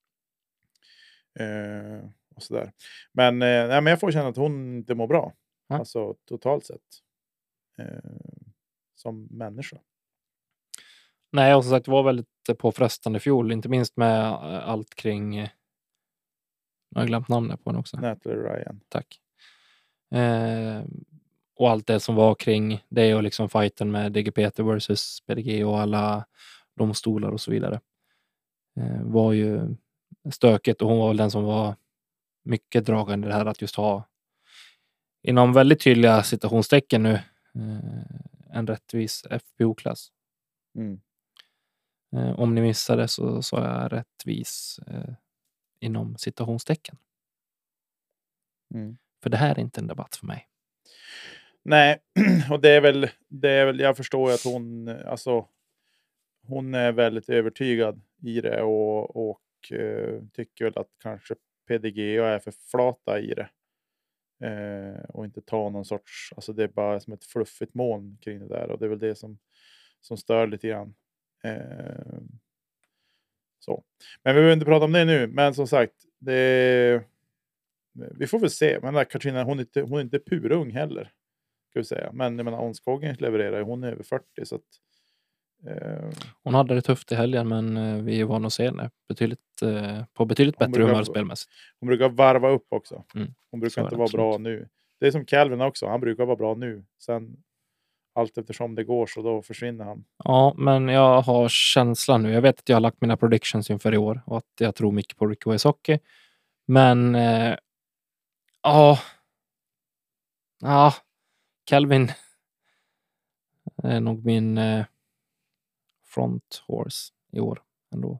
Eh, och sådär. Men, eh, nej, men jag får känna att hon inte mår bra. Ja. Alltså totalt sett. Eh, som människa. Nej, och som sagt det var väldigt påfrestande fjol. Inte minst med allt kring jag har glömt namnet på henne också. Natalie Ryan. Tack. Eh, och allt det som var kring det och liksom fighten med D G Peter versus P D G och alla domstolar och så vidare. Eh, var ju stökigt och hon var väl den som var mycket dragande i det här att just ha inom väldigt tydliga citationstecken nu eh, en rättvis F P O-klass. Mm. Eh, om ni missade så sa jag rättvis eh, inom citationstecken. Mm. För det här är inte en debatt för mig. Nej, och det är väl, det är väl jag förstår att hon, alltså, hon är väldigt övertygad i det och, och eh, tycker väl att kanske P D G är för flata i det. Eh, och inte ta någon sorts, alltså det är bara som ett fluffigt moln kring det där och det är väl det som, som stör lite grann. Eh, så. Men vi behöver inte prata om det nu, men som sagt, det, vi får väl se. Men där Katrina, hon är inte, hon är inte purung heller. Ska vi säga. Men jag menar, Onskogen levererar, hon är över fyrtio så att eh, hon hade det tufft i helgen men eh, vi var nog senare betydligt, eh, på betydligt bättre brukar, humör spelmässigt. Hon brukar varva upp också. Mm. Hon brukar Så inte det, vara absolut. bra nu. Det är som Calvin också, han brukar vara bra nu. Sen allt eftersom det går så då försvinner han. Ja, men jag har känslan nu. Jag vet att jag har lagt mina predictions inför i år och att jag tror mycket på Ricky Wysocki. Men eh, ja ja Calvin är nog min eh, front horse i år ändå.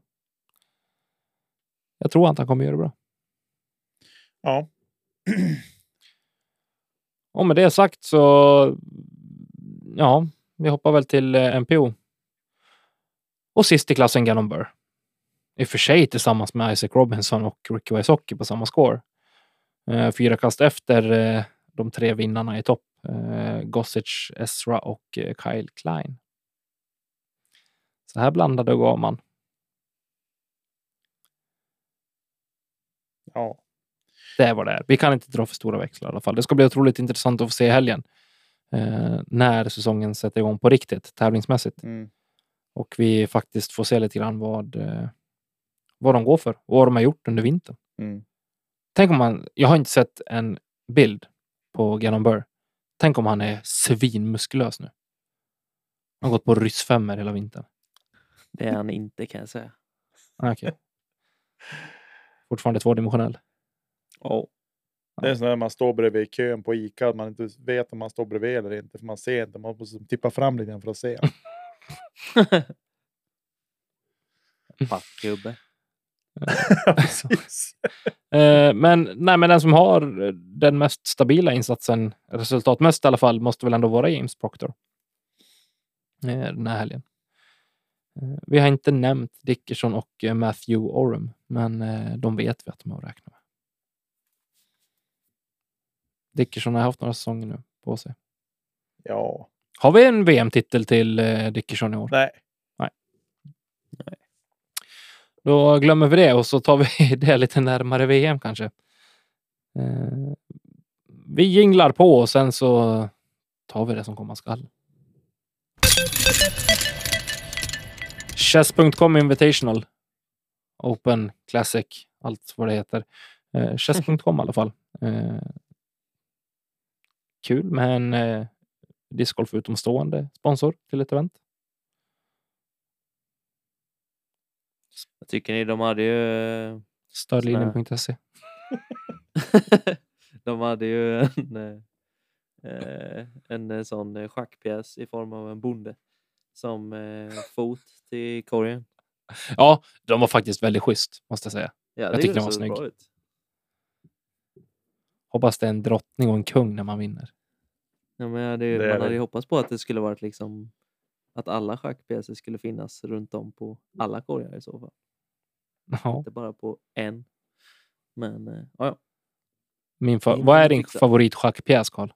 Jag tror att han kommer göra det bra. Ja. Och med det sagt så ja, vi hoppar väl till eh, M P O. Och sist i klassen Gannon Burr. i och för sig tillsammans med Isaac Robinson och Ricky Wysocki på samma score. Eh, fyra kast efter eh, de tre vinnarna i topp. Eh, Gossage, Ezra och eh, Kyle Klein. Så här blandade gav man. Ja. Det var det är. Vi kan inte dra för stora växlar i alla fall. Det ska bli otroligt intressant att få se i helgen. Eh, när säsongen sätter igång på riktigt, tävlingsmässigt. Mm. Och vi faktiskt får se lite grann vad, eh, vad de går för. Och vad de har gjort under vintern. Mm. Tänk om man, jag har inte sett en bild på Gannon Buhr. Tänk om han är svinmuskulös nu. Han har gått på ryssfemmer hela vintern. Det är han inte, kan jag säga. Ah, okej. Okay. Fortfarande tvådimensionell. Oh. Det är så när man står bredvid kön på Ica. Man inte vet om man står bredvid eller inte. För man ser inte. Man måste tippa fram lite grann för att se. Packgubbe. Precis. eh, men, nej, men den som har den mest stabila insatsen, resultatmässigt i alla fall, måste väl ändå vara James Proctor. Eh, den här helgen. Eh, vi har inte nämnt Dickerson och eh, Matthew Oram. Men eh, de vet vi att de har räknat med. Dickerson har haft några säsonger nu på sig. Ja. Har vi en V M-titel till eh, Dickerson i år? Nej. Nej. Nej. Då glömmer vi det och så tar vi det lite närmare V M kanske. Eh, vi jinglar på och sen så tar vi det som komma skall. Chess punkt com Invitational. Open, Classic, allt vad det heter. Eh, Chess punkt com i alla fall. Eh, kul med en eh, discgolf utomstående sponsor till ett event. Jag tycker ni, de hade ju... Stödlinjen punkt se. De hade ju en, eh, en sån schackpjäs i form av en bonde som eh, fot till korgen. Ja, de var faktiskt väldigt schysst, måste jag säga. Ja, jag det tyckte den var snygg. Ut. Hoppas det är en drottning och en kung när man vinner. Ja, men ja, det, det man hade det. ju hoppats på att det skulle varit liksom att alla schackpjäser skulle finnas runt om på alla korgar i så fall. Ja. Inte bara på en. Men eh, ja. Min fa- vad är din favorit schackpjäs, Carl?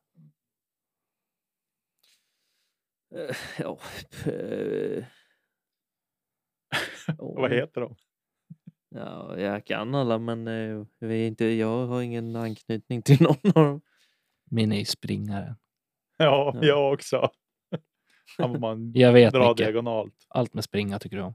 Uh, ja. Uh, oh. Vad heter de? Ja, jag kan alla, men uh, vi är inte, jag har ingen anknytning till någon av dem. Min är ju springaren. Ja, ja. Jag också. Han man jag vet dra mycket. Diagonalt. Allt med springa tycker du om.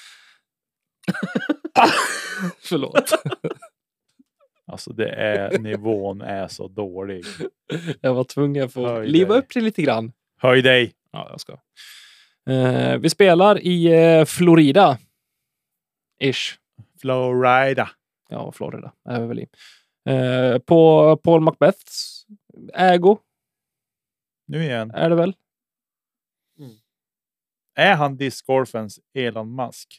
Förlåt. Alltså det är, nivån är så dålig. Jag var tvungen att få liva upp det lite grann. Höj dig. Ja, jag ska. Uh, vi spelar i uh, Florida. Ish. Florida. Ja, Florida är vi väl i. Uh, på Paul Macbeths ägo. Nu igen. Är det väl? Mm. Är han discgolfens Elon Musk?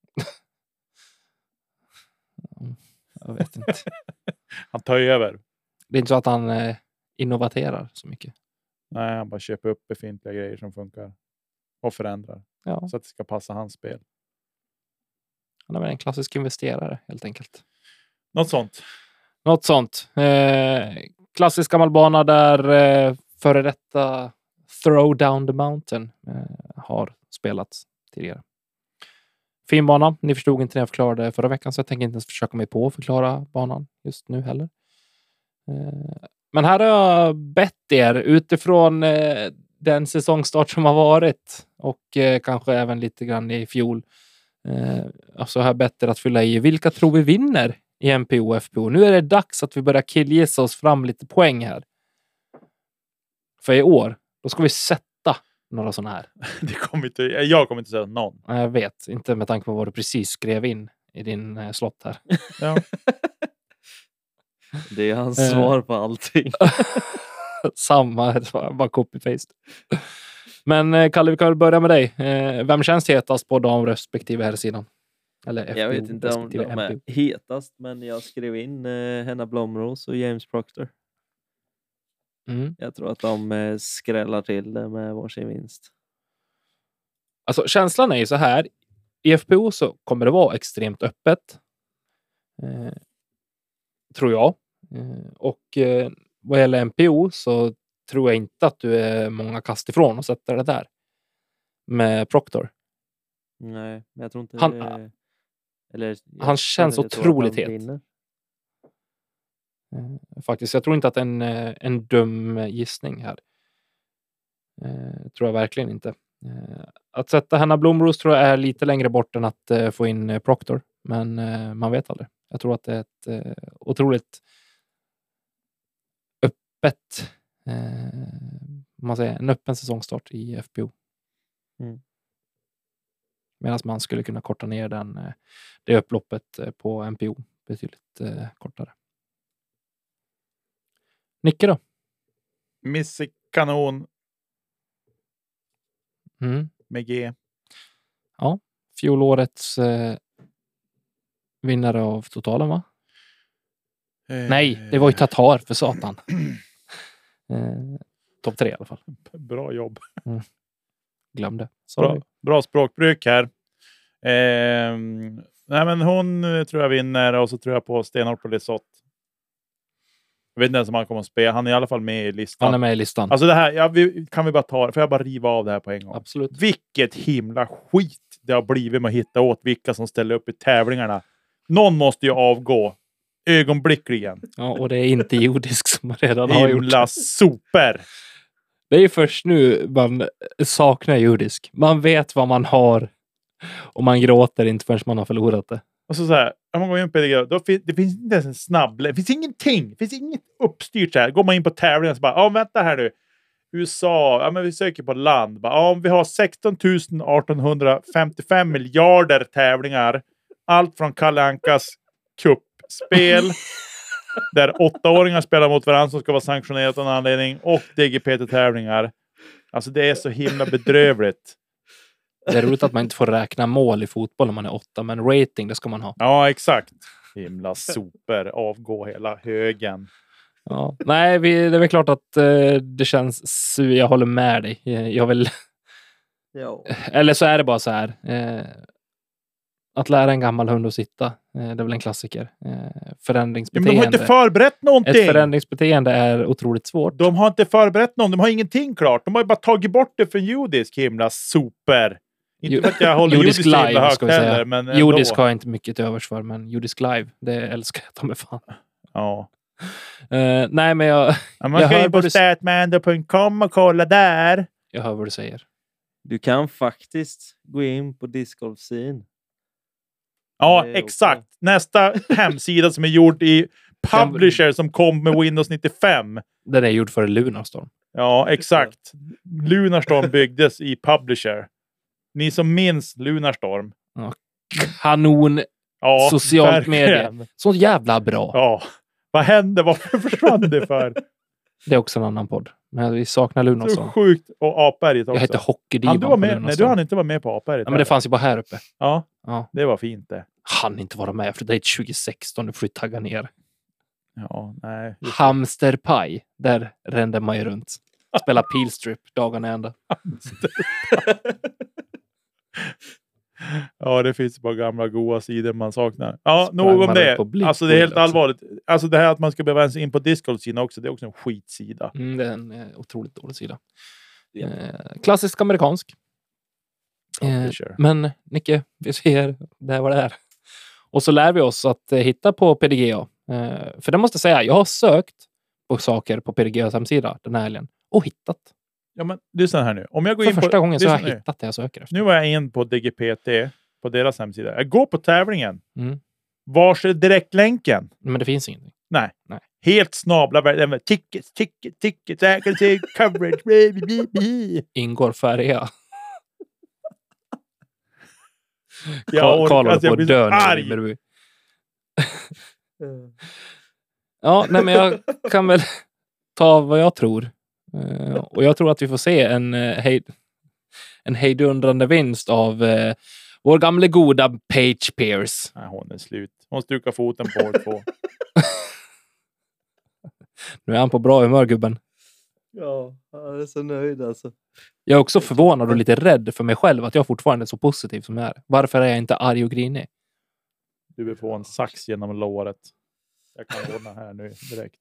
Jag vet inte. Han tar över. Det är inte så att han eh, innovaterar så mycket. Nej, han bara köper upp befintliga grejer som funkar. Och förändrar. Ja. Så att det ska passa hans spel. Han är väl en klassisk investerare helt enkelt. Något sånt. Något sånt. Eh, klassisk gammal bana där eh, före detta Throw Down the Mountain eh, har spelats tidigare. Fin bana. Ni förstod inte när jag förklarade förra veckan, så jag tänker inte ens försöka mig på att förklara banan just nu heller. Eh, men här har jag bett er utifrån eh, den säsongstart som har varit och eh, kanske även lite grann i fjol. Eh, alltså har jag bett er att fylla i vilka tror vi vinner i M P O och F P O. Nu är det dags att vi börjar killgissa oss fram lite poäng här. För i år, då ska vi sätta några sådana här. Det kommer inte, jag kommer inte säga någon. Jag vet, inte med tanke på vad du precis skrev in i din eh, slott här. Ja. Det är hans svar på allting. Samma, bara copy-paste. Men eh, Kalle, vi kan börja med dig. Eh, vem känns hetast på dam respektive här sidan? Eller F P O, jag vet inte om de M P O. är hetast, men jag skrev in eh, Henna Blomros och James Proctor. Mm. Jag tror att de eh, skrällar till det med varsin vinst. Alltså känslan är ju så här. i F P O så kommer det vara extremt öppet. Eh, tror jag. Eh, och eh, vad gäller M P O så tror jag inte att du är många kast ifrån och sätter det där. Med Proctor. Nej, men jag tror inte... Han, det, eller, han känns otroligt het. Vinner. Eh, faktiskt, jag tror inte att det är en, en dum gissning här. Eh, tror jag verkligen inte. Eh, att sätta Hanna Blomros tror jag är lite längre bort än att eh, få in eh, Proctor. Men eh, man vet aldrig. Jag tror att det är ett eh, otroligt öppet eh, man säger, en öppen säsongstart i F P O. Mm. Medan man skulle kunna korta ner den, eh, det upploppet eh, på M P O betydligt eh, kortare. Nicke då? Missy Kanon Mm. med G. Ja, fjolårets eh, vinnare av totalen, va? Eh, Nej, det var ju Tatar för satan. eh, Topp tre i alla fall. Bra jobb. Mm. Glömde. Bra, bra språkbruk här. Eh, nej men hon tror jag vinner och så tror jag på stenhårt på Lisotte. Jag vet inte ens om han kommer att spela. Han är i alla fall med i listan. Han är med i listan. Alltså det här, ja, vi, kan vi bara ta, får jag bara riva av det här på en gång? Absolut. Vilket himla skit det har blivit med att hitta åt vilka som ställer upp i tävlingarna. Någon måste ju avgå. Ögonblickligen. Ja, och det är inte jordisk som redan har gjort. Himla super. Det är ju först nu man saknar jordisk. Man vet vad man har och man gråter inte förrän man har förlorat det. Och så så här, om man går in på det, då fin- det finns inte ens en snabb, det finns ingenting, det finns inget uppstyrt så här. Går man in på tävlingen så bara, ja vänta här nu. U S A, ja men vi söker på land. Bara, ja, om vi har sexton tusen artonhundrafemtiofem miljarder tävlingar. Allt från Kalle Ankas kuppspel. Där åttaåringar spelar mot varandra som ska vara sanktionerat av en anledning. Och D G P T-tävlingar. Alltså det är så himla bedrövligt. Det är roligt att man inte får räkna mål i fotboll när man är åtta. Men rating, det ska man ha. Ja, exakt. Himla super. Avgå hela högen. Ja. Nej, vi, det är väl klart att eh, det känns su- jag håller med dig. Jag, jag vill... Ja. Eller så är det bara så här. Eh, att lära en gammal hund att sitta. Eh, det är väl en klassiker. Eh, Ja, men förändringsbeteende. de har inte förberett någonting. Ett förändringsbeteende är otroligt svårt. De har inte förberett någon. De har ingenting klart. De har ju bara tagit bort det från judisk. Himla super. Inte för att jag håller Jordisk judisk så himla live, högt ska vi säga. heller. Men ändå. Jordisk har jag inte mycket till övers för, men Jordisk live, det älskar jag ta med fan. Ja. Uh, nej, men jag, Ja, man jag, ska hör in på vad du, statmando punkt com och kolla där. jag hör vad du säger. Du kan faktiskt gå in på Disc Golf Scene. Ja, Det är exakt. också- Nästa hemsida som är gjord i Publisher som kom med Windows nittiofem. Den är gjord för Lunarstorm. Ja, exakt. Lunarstorm byggdes i Publisher. Ni som minns Lunarstorm. Kanon, Ja, socialt verkligen. medie. Så jävla bra. Ja. Vad hände? Varför försvann det för? Det är också en annan podd. Men vi saknar Så Lunarstorm. sjukt. Och Apberget också. Jag heter Han, Hockeydivan du var på med? Nej, Lunarstorm. du hann inte vara med på Apberget. Ja, men det fanns ju bara här uppe. Ja, Ja. det var fint det. Han inte vara med för det är tjugo sexton. Nu får vi tagga ner. Ja, nej. just det. Hamsterpaj. Där rände man ju runt. Spela pilstrip dagarna ända. Ja, det finns bara gamla goda sidor man saknar. Ja, Sprang nog om man det. ut på Blick Alltså det är helt också. allvarligt. Alltså det här att man ska behöva ens in på Discord-sidan också, det är också en skitsida. Mm, det är en eh, otroligt dålig sida. Ja. Eh, klassisk amerikansk. Eh, Publisher. men Nicke, vi ser det här vad det är. Och så lär vi oss att eh, hitta på P D G A. Eh, för det måste jag säga, jag har sökt på saker på P D G A's hemsida den här helgen. Och hittat. Ja, men lyssna här nu. Om jag går För in första på, gången så har lyssna jag nu. hittat det jag söker efter. Nu var jag in på D G P T på deras hemsida. Jag går på tävlingen. Mm. Vars är direktlänken? Men det finns ingenting. Nej. Nej. Helt snabla. värld- Tickets, tickets, tickets. Accuracy, coverage. bli, bli, bli. Ingår färja. Jag Karl orkar, håller alltså, på jag att blir så dö nu i arg. Vimmerby. Ja, nej, men jag kan väl ta vad jag tror. Eh, och jag tror att vi får se en, uh, hej, en hejdundrande vinst av uh, vår gamla goda Paige Pierce. Nej, hon är slut. Hon stukar foten på år två. Nu är han på bra humör, gubben. Ja, jag är så nöjd alltså. Jag är också förvånad och lite rädd för mig själv att jag fortfarande är så positiv som jag är. Varför är jag inte arg och grinig? Du vill få en sax genom låret. Jag kan ordna här nu direkt.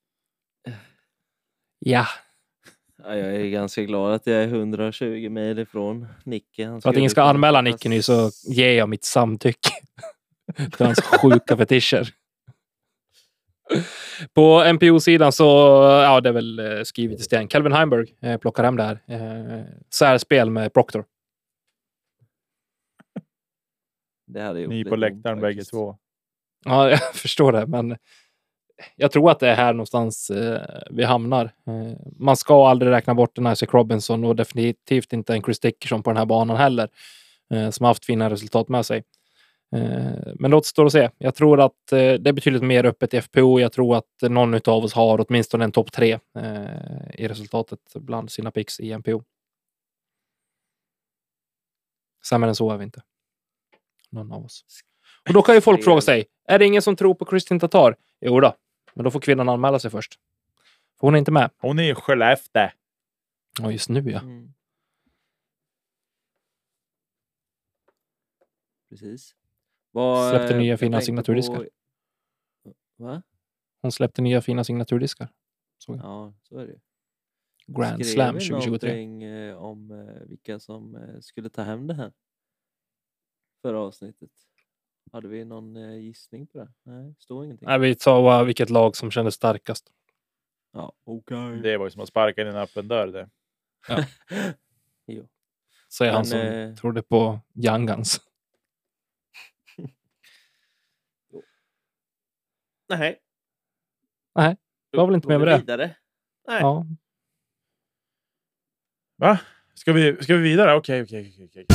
Ja, Ja, jag är ganska glad att jag är hundratjugo mil ifrån Nicke. Han för att ingen ska skulle kunna anmäla fattas- Nicke nu så ger jag mitt samtycke till hans sjuka fetischer. På N P O-sidan så, ja det är väl eh, skrivet i sten. Kelvin Heimberg eh, plockar hem det här. Eh, särspel med Proctor. Det hade gjort Ni lite på ont läktaren bägge faktiskt. två. Ja, jag förstår det, men jag tror att det är här någonstans eh, vi hamnar. Eh, man ska aldrig räkna bort en Isaac Robinson och definitivt inte en Chris Dickerson på den här banan heller, eh, som har haft fina resultat med sig. Eh, men låt stå och se. Jag tror att eh, det är betydligt mer öppet i F P O. Jag tror att någon av oss har åtminstone en topp tre eh, i resultatet bland sina picks i N P O. Sämre än så är vi inte. Någon av oss. Och då kan ju folk fråga sig, är det ingen som tror på Kristin Tatar? Jo då, men då får kvinnan anmäla sig först. För hon är inte med. Hon är i Skellefteå. Ja, just nu ja. Mm. Precis. Vad, Släppte eh, nya jag fina tänkte signaturdiskar. på- Va? Hon släppte nya fina signaturdiskar. Så, Ja, så är det. Grand Skrev Slam vi tjugohundratjugotre. någonting eh, om eh, vilka som eh, skulle ta hem det här förra avsnittet? Hade vi någon eh, gissning på det? Nej, står ingenting. Nej, vi sa uh, vilket lag som kändes starkast. Ja, okej. Det var ju som att sparka in en öppen dörr det. Jo. Säger han Men, som eh, trodde på Young Guns. Nej. Nej, det var väl inte Går mer vi med det. vidare? Nej. Ja. Va? Ska vi, ska vi vidare? Okej, okej, okej, okej.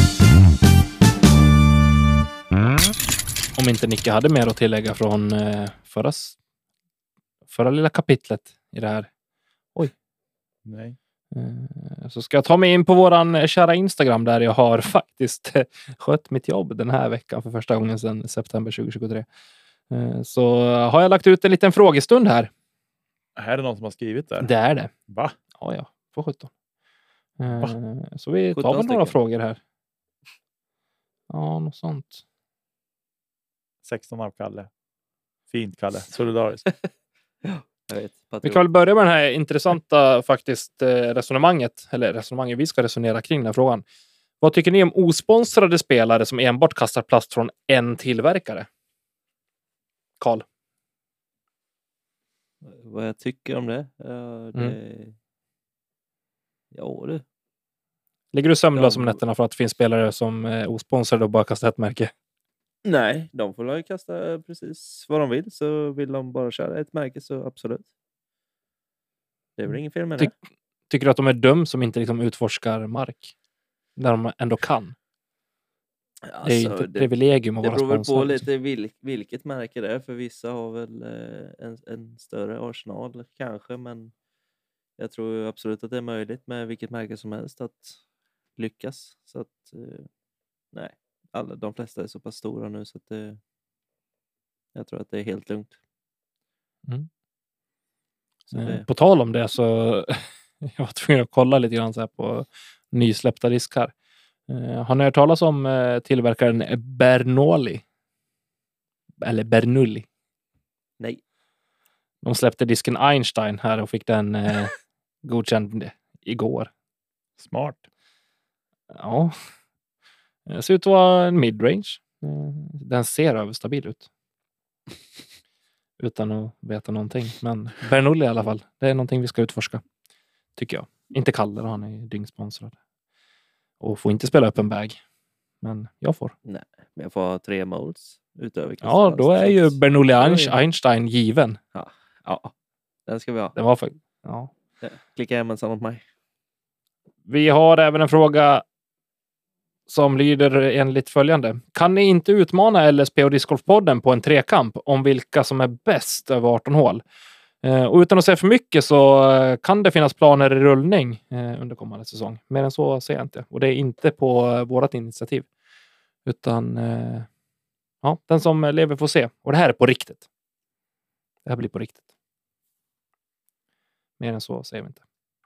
Om inte Nicke hade mer att tillägga från eh, förra, s- förra lilla kapitlet i det här. Nej. Eh, Så ska jag ta mig in på våran eh, kära Instagram där jag har faktiskt eh, skött mitt jobb den här veckan för första gången sedan september tjugohundratjugotre. Eh, Så har jag lagt ut en liten frågestund här. Här är det någon som har skrivit där. Det är det. Va? Ja, ja. För sjutton. Eh, Så vi tar sjutton väl några stycken. frågor här. Ja, något sånt. sexton av Kalle. Fint Kalle. Solidariskt. Jag vet. Vi Patriot. kan väl börja med det här intressanta faktiskt eh, resonemanget. Eller resonemanget vi ska resonera kring den här frågan. Vad tycker ni om osponsrade spelare som enbart kastar plast från en tillverkare? Karl. Vad jag tycker om det? Ja, det... Ja, det. Ligger du sömnlös Ja. om nätterna för att det finns spelare som är osponsrade och bara kastar ett märke? Nej, de får väl kasta precis vad de vill. Så vill de bara köra ett märke så absolut. Det är väl inget fel med Ty- det. Tycker du att de är dum som inte liksom utforskar mark? Där de ändå kan. Alltså, Det är ju inte ett det, privilegium att det vara beror väl på sponsrad. liksom. lite vil, vilket märke det är. För vissa har väl eh, en, en större arsenal kanske. Men jag tror ju absolut att det är möjligt med vilket märke som helst att lyckas. Så att eh, nej, alla, de flesta är så pass stora nu så att det, jag tror att det är helt lugnt. Mm. Så Eh, det, På tal om det så jag var tvungen att kolla lite grann så här på nysläppta diskar. Eh, Har ni hört talas om eh, tillverkaren Bernoulli? Eller Bernoulli. nej. De släppte disken Einstein här och fick den eh, godkänd igår. Smart. Ja. Det ser ut att vara en midrange. Eh, Den ser överstabil ut. Utan att veta någonting. Men Bernoulli i alla fall. Det är någonting vi ska utforska. Tycker jag. Inte Kalle, han är dyngsponsrad. Och får inte spela upp en bag. Men jag får. Men jag får ha tre modes utöver Ja, då är ju kristallsats. Bernoulli Oj. Einstein- Einstein given. Ja, den ska vi ha. Den var för... Ja. Klicka hem en sån åt mig. Vi har även en fråga som lyder enligt följande. Kan ni inte utmana L S P och Discgolfpodden på en trekamp om vilka som är bäst över arton hål? Eh, och utan att säga för mycket så eh, kan det finnas planer i rullning eh, under kommande säsong. Mer än så säger jag inte. Och det är inte på eh, vårat initiativ. Utan eh, ja, den som lever får se. Och det här är på riktigt. Det här blir på riktigt. Mer än så säger vi inte.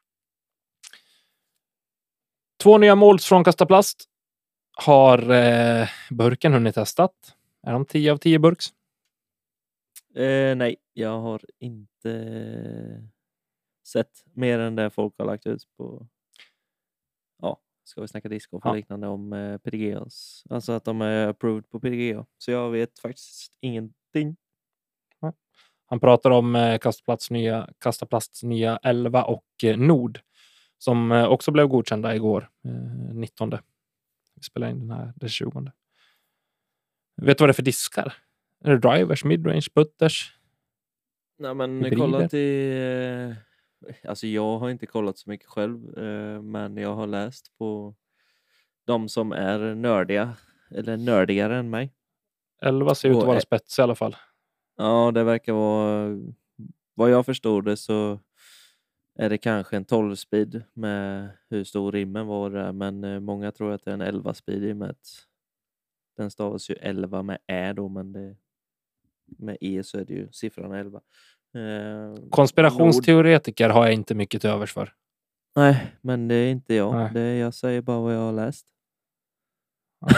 Två nya molds från Kasta Plast. Har eh, burken hunnit testat? Är de tio av tio burks? Eh, nej, jag har inte sett mer än det folk har lagt ut på. Ja, ska vi snacka disco för Ja. liknande om eh, P D G As. Alltså att de är approved på P D G A. Så jag vet faktiskt ingenting. Han pratar om eh, Kastaplasts nya, Kastaplasts nya elva och eh, Nord. Som eh, också blev godkända igår. Eh, nittonde. Vi spelar in den här den tjugonde. Vet du vad det är för diskar? Är det drivers, midrange, putters? Nej, men Hybrider. kollat i... Eh, alltså jag har inte kollat så mycket själv. Eh, men jag har läst på de som är nördiga. Eller nördigare än mig. elva ser ut att Och, vara eh, spets i alla fall. Ja, det verkar vara... Vad jag förstod det så är det kanske en tolv speed med hur stor rimmen var där. Men eh, många tror att det är en elva speed i och med att den stavas ju elva med ä då, men det, med e så är det ju siffran elva. Eh, Konspirationsteoretiker har jag inte mycket till övers för. Nej, men det är inte jag. Nej. Det är, jag säger bara vad jag har läst. Ja.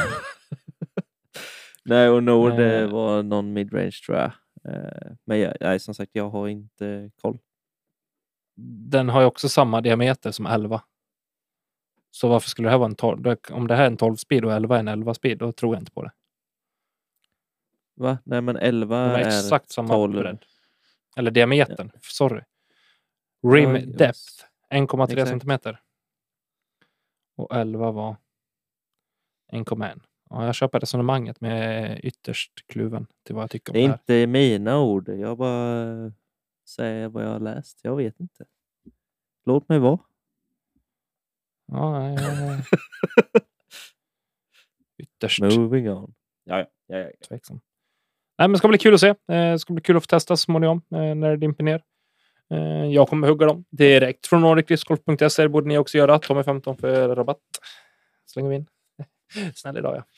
Nej, och Nord Eh. det var någon midrange tror jag. Eh, men jag, nej, som sagt, jag har inte koll. Den har ju också samma diameter som elva. Så varför skulle det här vara en tolv? Om det här är en tolv speed och elva är en elva speed, då tror jag inte på det. Va? Nej, men elva De är är exakt samma tolv. bredd. Eller diametern, sorry. Rim Ja, depth, en komma tre exakt. centimeter. Och elva var en komma ett. Ja, jag köper resonemanget med ytterst kluven till vad jag tycker om Det det, är här. inte mina ord. Jag bara säger vad jag har läst. Jag vet inte. Låt mig vara. Ja, nej, nej, nej. Ytterst Moving on. Ja, ja, ja, ja. tveksam. Nej, men det ska bli kul att se. Eh, Det ska bli kul att få testa så småningom eh, när det dimper ner. Eh, Jag kommer hugga dem direkt från nordic disc golf punkt se. Det borde ni också göra. Tommy femton för rabatt. Slänger vi in. Snäll idag, ja.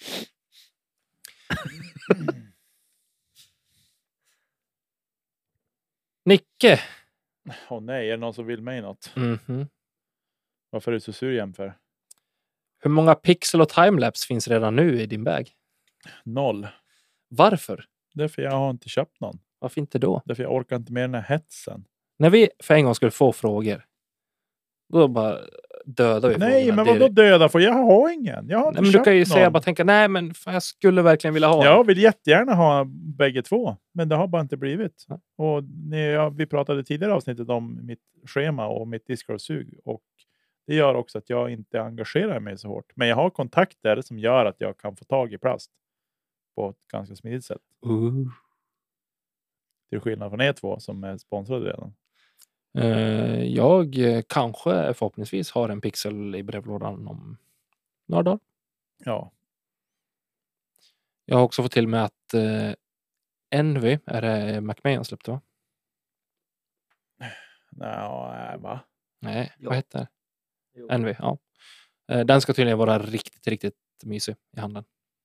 Nicke. Åh nej, är det någon som vill mig något? Mhm. Varför är du så sur jämför? Hur många pixel och timelapse finns redan nu i din bag? Noll. Varför? Därför jag har inte köpt någon. Varför inte då? Därför jag orkar inte med den här hetsen. När vi för en gång skulle få frågor, då bara dödar vi Nej, frågorna men vadå direkt. döda? För jag har ingen. Jag har inte Nej, men du köpt kan ju någon. säga, bara tänka, nej men fan, jag skulle verkligen vilja ha. Jag vill jättegärna ha bägge två. Men det har bara inte blivit. Ja. Och när jag, vi pratade tidigare avsnittet om mitt schema och mitt discgolfsug. Och det gör också att jag inte engagerar mig så hårt. Men jag har kontakter som gör att jag kan få tag i plast. På ett ganska smidigt sätt. Uh. Till skillnad från er två som är sponsrade redan. Eh, jag eh, kanske förhoppningsvis har en pixel i brevlådan om några dagar. Ja. Jag har också fått till mig att eh, Envy, är det McMahon släppte va? Nej, va? Nej, Ja. vad heter det? Jo. Envy, ja. Eh, den ska tydligen vara riktigt, riktigt mysig i handen.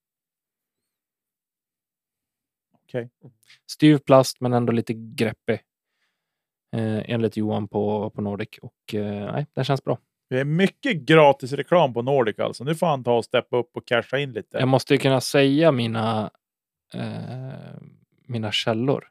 Okej. Styv plast men ändå lite greppig. Eh, enligt Johan på, på Nordic. Och eh, nej, den känns bra. Det är mycket gratis reklam på Nordic alltså. Nu får han ta och steppa upp och casha in lite. Jag måste ju kunna säga mina eh, mina källor.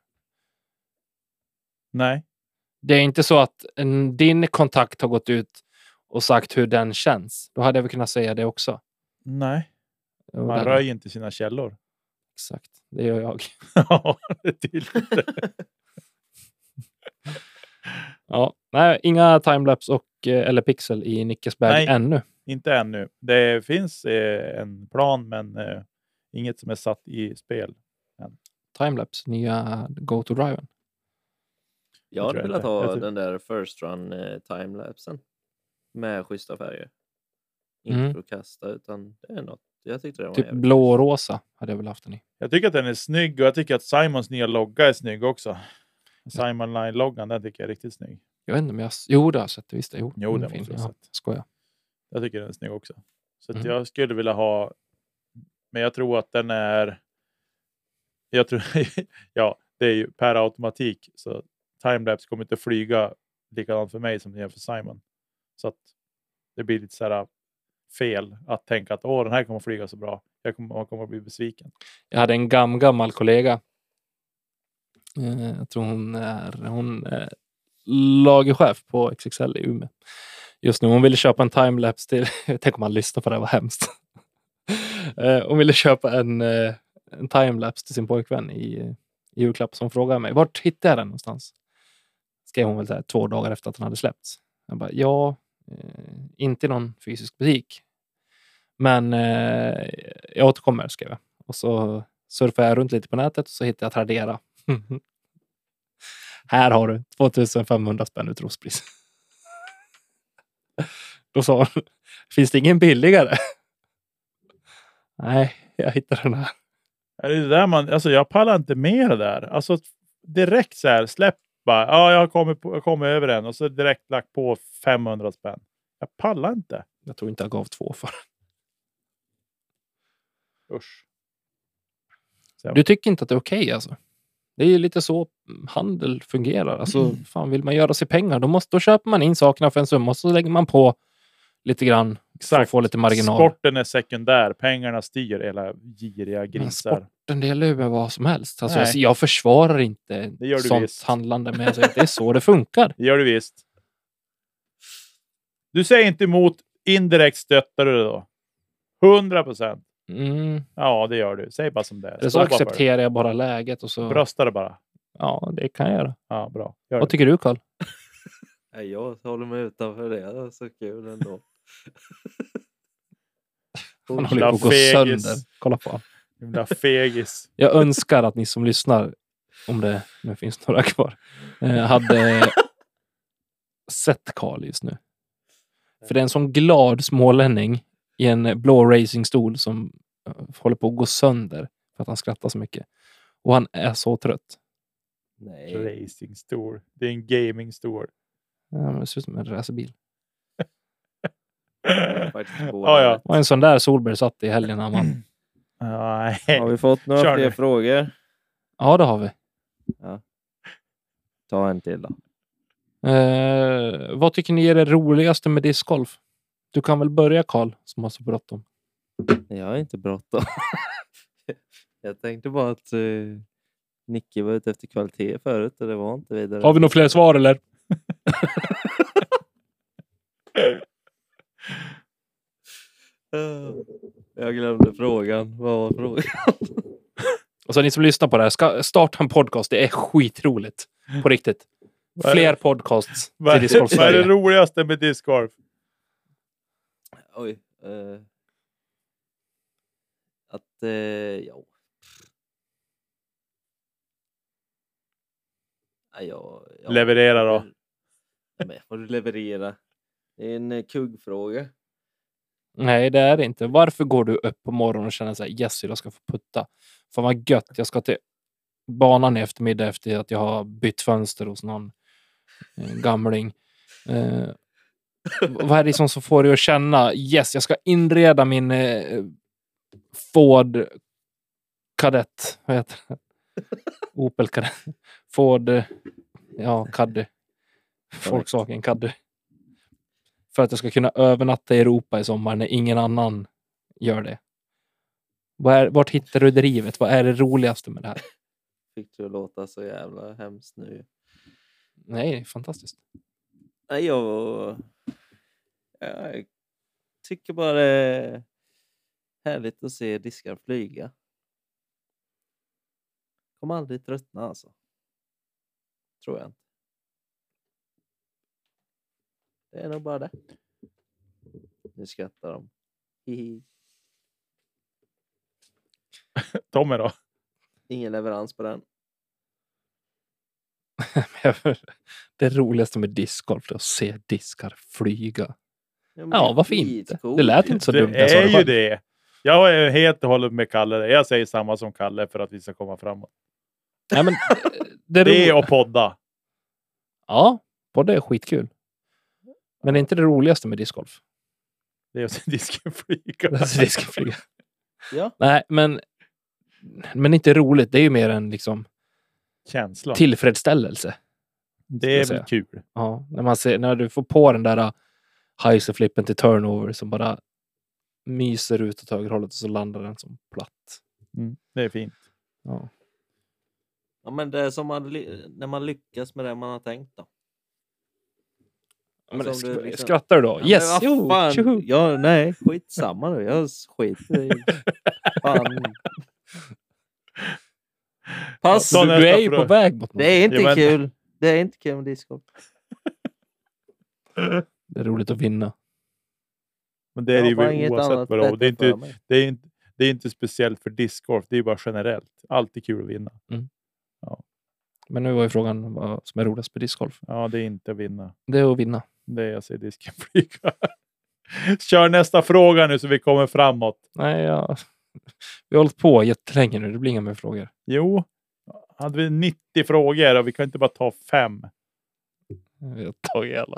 Nej. Det är inte så att en, din kontakt har gått ut och sagt hur den känns. Då hade jag väl kunnat säga det också. Nej. Och Man där- röjer inte sina källor. Exakt, det gör jag. Ja, det är tydligt. Ja, nej, inga timelapse och eh, eller pixel i Nickes bag Nej. ännu. Inte ännu. Det finns eh, en plan men eh, inget som är satt i spel. Timelapse, nya go-to-driven. Jag hade tror jag velat inte. ha Jag tror- den där first run eh, timelapsen. Med schyssta färger. Inte Mm. för att kasta utan det är något. Jag tyckte det var Typ jävligt blå och rosa hade jag väl haft den i. Jag tycker att den är snygg och jag tycker att Simons nya logga är snygg också. Simon Line-loggan, den tycker jag är riktigt snygg. Jag vet inte om jag... Jo, det har jag sett. Visst, jo. Jo, den det är fin. måste jag Ja, ha sett. skojar. Jag tycker den är snygg också. Så att Mm. jag skulle vilja ha... Men jag tror att den är... Jag tror... ja, det är ju per automatik. Så timelapse kommer inte flyga likadant för mig som det gör för Simon. Så att det blir lite så här fel att tänka att åh, den här kommer att flyga så bra. Jag kommer, man kommer att bli besviken. Jag hade en gam, gammal kollega. Eh, jag tror hon är, hon är lagerchef på X X L i Umeå. Just nu, hon ville köpa en timelapse till... Tänk om man lyssnar på det, var hemskt. eh, hon ville köpa en, eh, en timelapse till sin pojkvän i, i julklapp som frågade mig, vart hittade jag den någonstans? Skrev hon väl där, två dagar efter att den hade släppts. Jag bara, ja, eh, inte i någon fysisk butik. Men eh, jag återkommer, skrev jag. Och så surfade jag runt lite på nätet och så hittade jag Tradera. Här har du tvåtusenfemhundra spänn ut rostpris. Då sa hon, finns det ingen billigare? Nej, jag hittade den här. Är det där man, alltså jag pallar inte med det där. Alltså direkt så här, släpp bara. Ja, jag har kommit, på, jag kommit över den och så direkt lagt på femhundra spänn. Jag pallar inte. Jag tror inte jag gav två för. Usch. Du tycker inte att det är okej okay, alltså? Det är ju lite så handel fungerar. Alltså, mm. fan, vill man göra sig pengar, då, måste, då köper man in sakerna för en summa och så lägger man på lite grann. Exakt. För att få lite marginal. Sporten är sekundär. Pengarna styr hela giriga grisar. Men sporten, det är med vad som helst. Alltså, jag, jag försvarar inte sånt visst. handlande, men jag säger att det är så det funkar. Det gör du visst. Du säger inte emot, indirekt stöttar du det då? hundra procent. Mm. Ja, det gör du. Säg bara som det är. Eller så accepterar jag bara läget och så... Bröstar det bara. Ja, det kan jag göra. Ja, bra. Gör Vad det. tycker du, Carl? Nej, jag håller mig utanför det. Det är så kul ändå. Han håller på att gå sönder. Kolla på honom. Fegis. Jag önskar att ni som lyssnar, om det nu finns några kvar, hade sett Carl just nu. För det är en sån glad smålänning i en blå racingstol som håller på att gå sönder för att han skrattar så mycket. Och han är så trött. Nej. Racingstol. Det är en gamingstol. Ja, men det ser ut som en racerbil. Ja, ja. Och en sån där Solberg satt i helgen när man... Har vi fått några Kör fler det. frågor? Ja, det har vi. Ja. Ta en till då. Eh, vad tycker ni är det roligaste med discgolf? Du kan väl börja, Carl, som har så bråttom. Jag har inte bråttom. Jag tänkte bara att uh, Nicke var ute efter kvalitet förut och det var inte vidare. Har vi några fler svar eller? Jag glömde frågan. Vad var frågan? Och så ni som lyssnar på det här, ska starta en podcast. Det är skitroligt. På riktigt. Fler podcasts till discgolf Sverige. Vad är det roligaste med discgolf? Oj. Uh, att, uh, ja. Ja, ja. Leverera då. Men får du leverera? Det är en uh, kuggfråga. Nej, det är det inte. Varför går du upp på morgonen och känner så här, yes, jag ska få putta. Fan vad gött, jag ska till banan i eftermiddag efter att jag har bytt fönster hos någon eh, gamling. Eh, vad är det som, som får dig att känna, yes, jag ska inreda min eh, Ford Kadett, vad heter det? Opel Kadett. Ford, eh, ja, Caddy. Volkswagen Caddy. För att jag ska kunna övernatta i Europa i sommar när ingen annan gör det. Vad är, vart hittar du drivet? Vad är det roligaste med det här? Fick du låta så jävla hemskt nu? Nej, det är fantastiskt. Nej, jag, jag tycker bara det är härligt att se diskar flyga. Kommer aldrig tröttna alltså. Tror jag inte. Det är nog bara det. Nu skrattar de. Hihi. Tommy då? Ingen leverans på den. Det roligaste med discgolf är att se diskar flyga. Ja, ja varför inte? Det lät inte så dumt. Det är ju det. Jag är helt och hållet med Kalle. Jag säger samma som Kalle för att vi ska komma framåt. Ja, men det, det är att podda. Ja, podda är skitkul. Men det är inte det roligaste med discgolf. Det är att se disken flyga. Det är att se disken flyga. Ja. Nej, men men inte roligt. Det är ju mer en liksom känsla. Tillfredsställelse. Det jag är säga. väl kul. Ja, när, man ser, när du får på den där heiserflippen till turnover som bara myser ut åt högerhållet och så landar den som platt. Mm, det är fint. Ja. Ja, men det är som man, ly- när man lyckas med det man har tänkt då. Men det Alltså, om sk- du liksom- Skrattar du då? Ja, Yes! men vad Jo! fan, Tjoho! ja, nej, skitsamma nu. Jag skiter i... Fan. Pass! Ta Du, nästa du är ju fråga. på väg mot något. Det är inte Ja, men- kul. Det är inte kul med discgolf. Det är roligt att vinna. Men det är Jag ju har bara väl inget oavsett annat vad det är. bättre Det är inte, för mig. det är inte, det är inte speciellt för discgolf. Det är bara generellt. Alltid kul att vinna. Men nu var ju frågan vad som är roligast på discgolf. Ja, det är inte att vinna. Det är att vinna. Det är jag ser disken flyga. Kör nästa fråga nu så vi kommer framåt. Nej, jag... vi har hållit på jättelänge nu. Det blir inga mer frågor. Jo, hade vi nittio frågor och vi kan inte bara ta fem. Vi har tagit alla.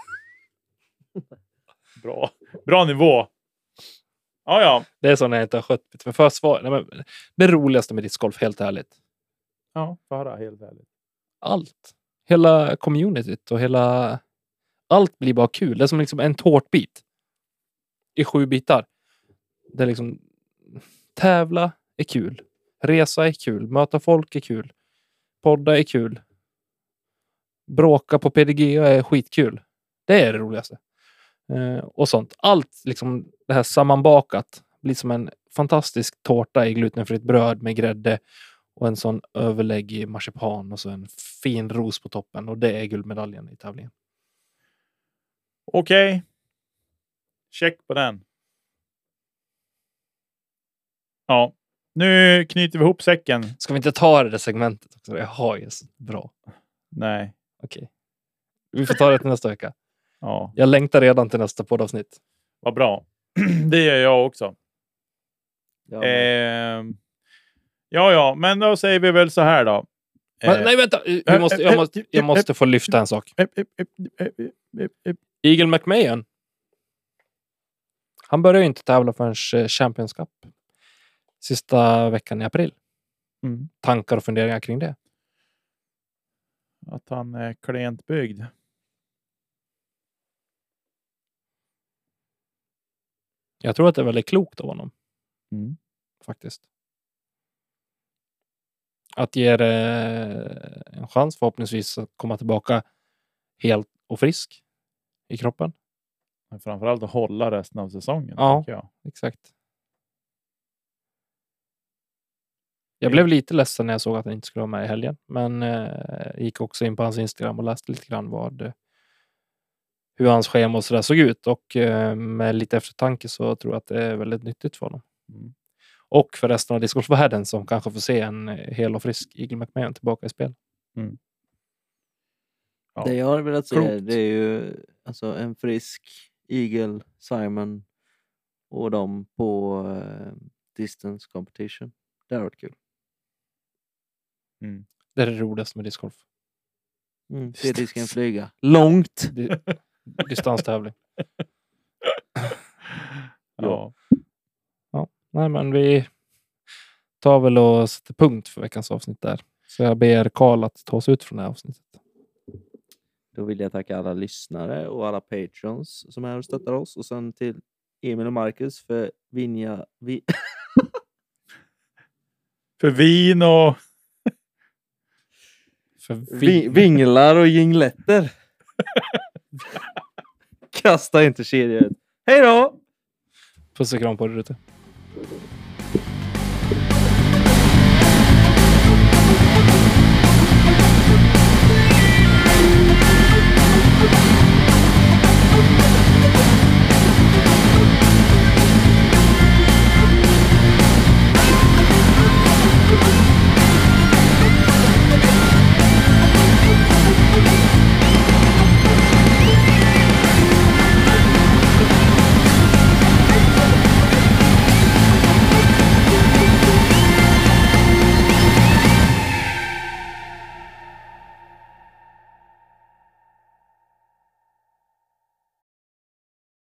Bra, bra nivå. Ja, ja. Det är så när jag inte har skött mitt. För försvar... Nej, men det roligaste med discgolf, helt ärligt. Ja, bara helt ärligt. Allt. Hela communityt och hela... Allt blir bara kul. Det är som liksom en tårtbit. I sju bitar. Det är liksom... Tävla är kul. Resa är kul. Möta folk är kul. Podda är kul. Bråka på P D G är skitkul. Det är det roligaste. Eh, och sånt. Allt liksom det här sammanbakat blir som en fantastisk tårta i glutenfritt bröd med grädde och en sån överlägg i marsipan och så en fin ros på toppen. Och det är guldmedaljen i tävlingen. Okej. Okay. Check på den. Ja. Nu knyter vi ihop säcken. Ska vi inte ta det där segmentet också? Jag har ju så bra. Nej. Okej. Okay. Vi får ta det till nästa vecka. Ja. Jag längtar redan till nästa poddavsnitt. Vad bra. Det gör jag också. Ja, Eh, ja, ja. Men då säger vi väl så här då. Men, nej, vänta. Vi måste, jag, måste, jag måste få lyfta en sak. Eagle McMahon. Han börjar ju inte tävla förrän Champions Cup. Sista veckan i april. Mm. Tankar och funderingar kring det? Att han är klent byggd. Jag tror att det är väldigt klokt av honom. Mm. Faktiskt. Att ge det en chans förhoppningsvis att komma tillbaka helt och frisk i kroppen. Men framförallt att hålla resten av säsongen. Ja, jag. exakt. Jag blev lite ledsen när jag såg att han inte skulle vara med i helgen. Men eh, gick också in på hans Instagram och läste lite grann vad, hur hans schema och sådär såg ut. Och eh, med lite eftertanke så tror jag att det är väldigt nyttigt för honom. Mm. Och för resten av discgolfvärlden som kanske får se en hel och frisk Eagle McMahon tillbaka i spel. Mm. Ja. Det jag har velat se Klokt. det är ju alltså en frisk Eagle, Simon och dem på uh, distance competition. Det har varit kul. Mm. Det är det roligaste med discgolf. Mm, se disken flyga. Långt! Di- distanstävling. Ja. Nej, men vi tar väl och sätter punkt för veckans avsnitt där. Så jag ber Karl att ta oss ut från det här avsnittet. Då vill jag tacka alla lyssnare och alla patrons som är och stöttar oss. Och sen till Emil och Marcus för vinja... Vi... För vin och... För Vi, vi... vinglar och jingletter. Kasta inte kedjor. Hej då! Puss och kram på dig ute.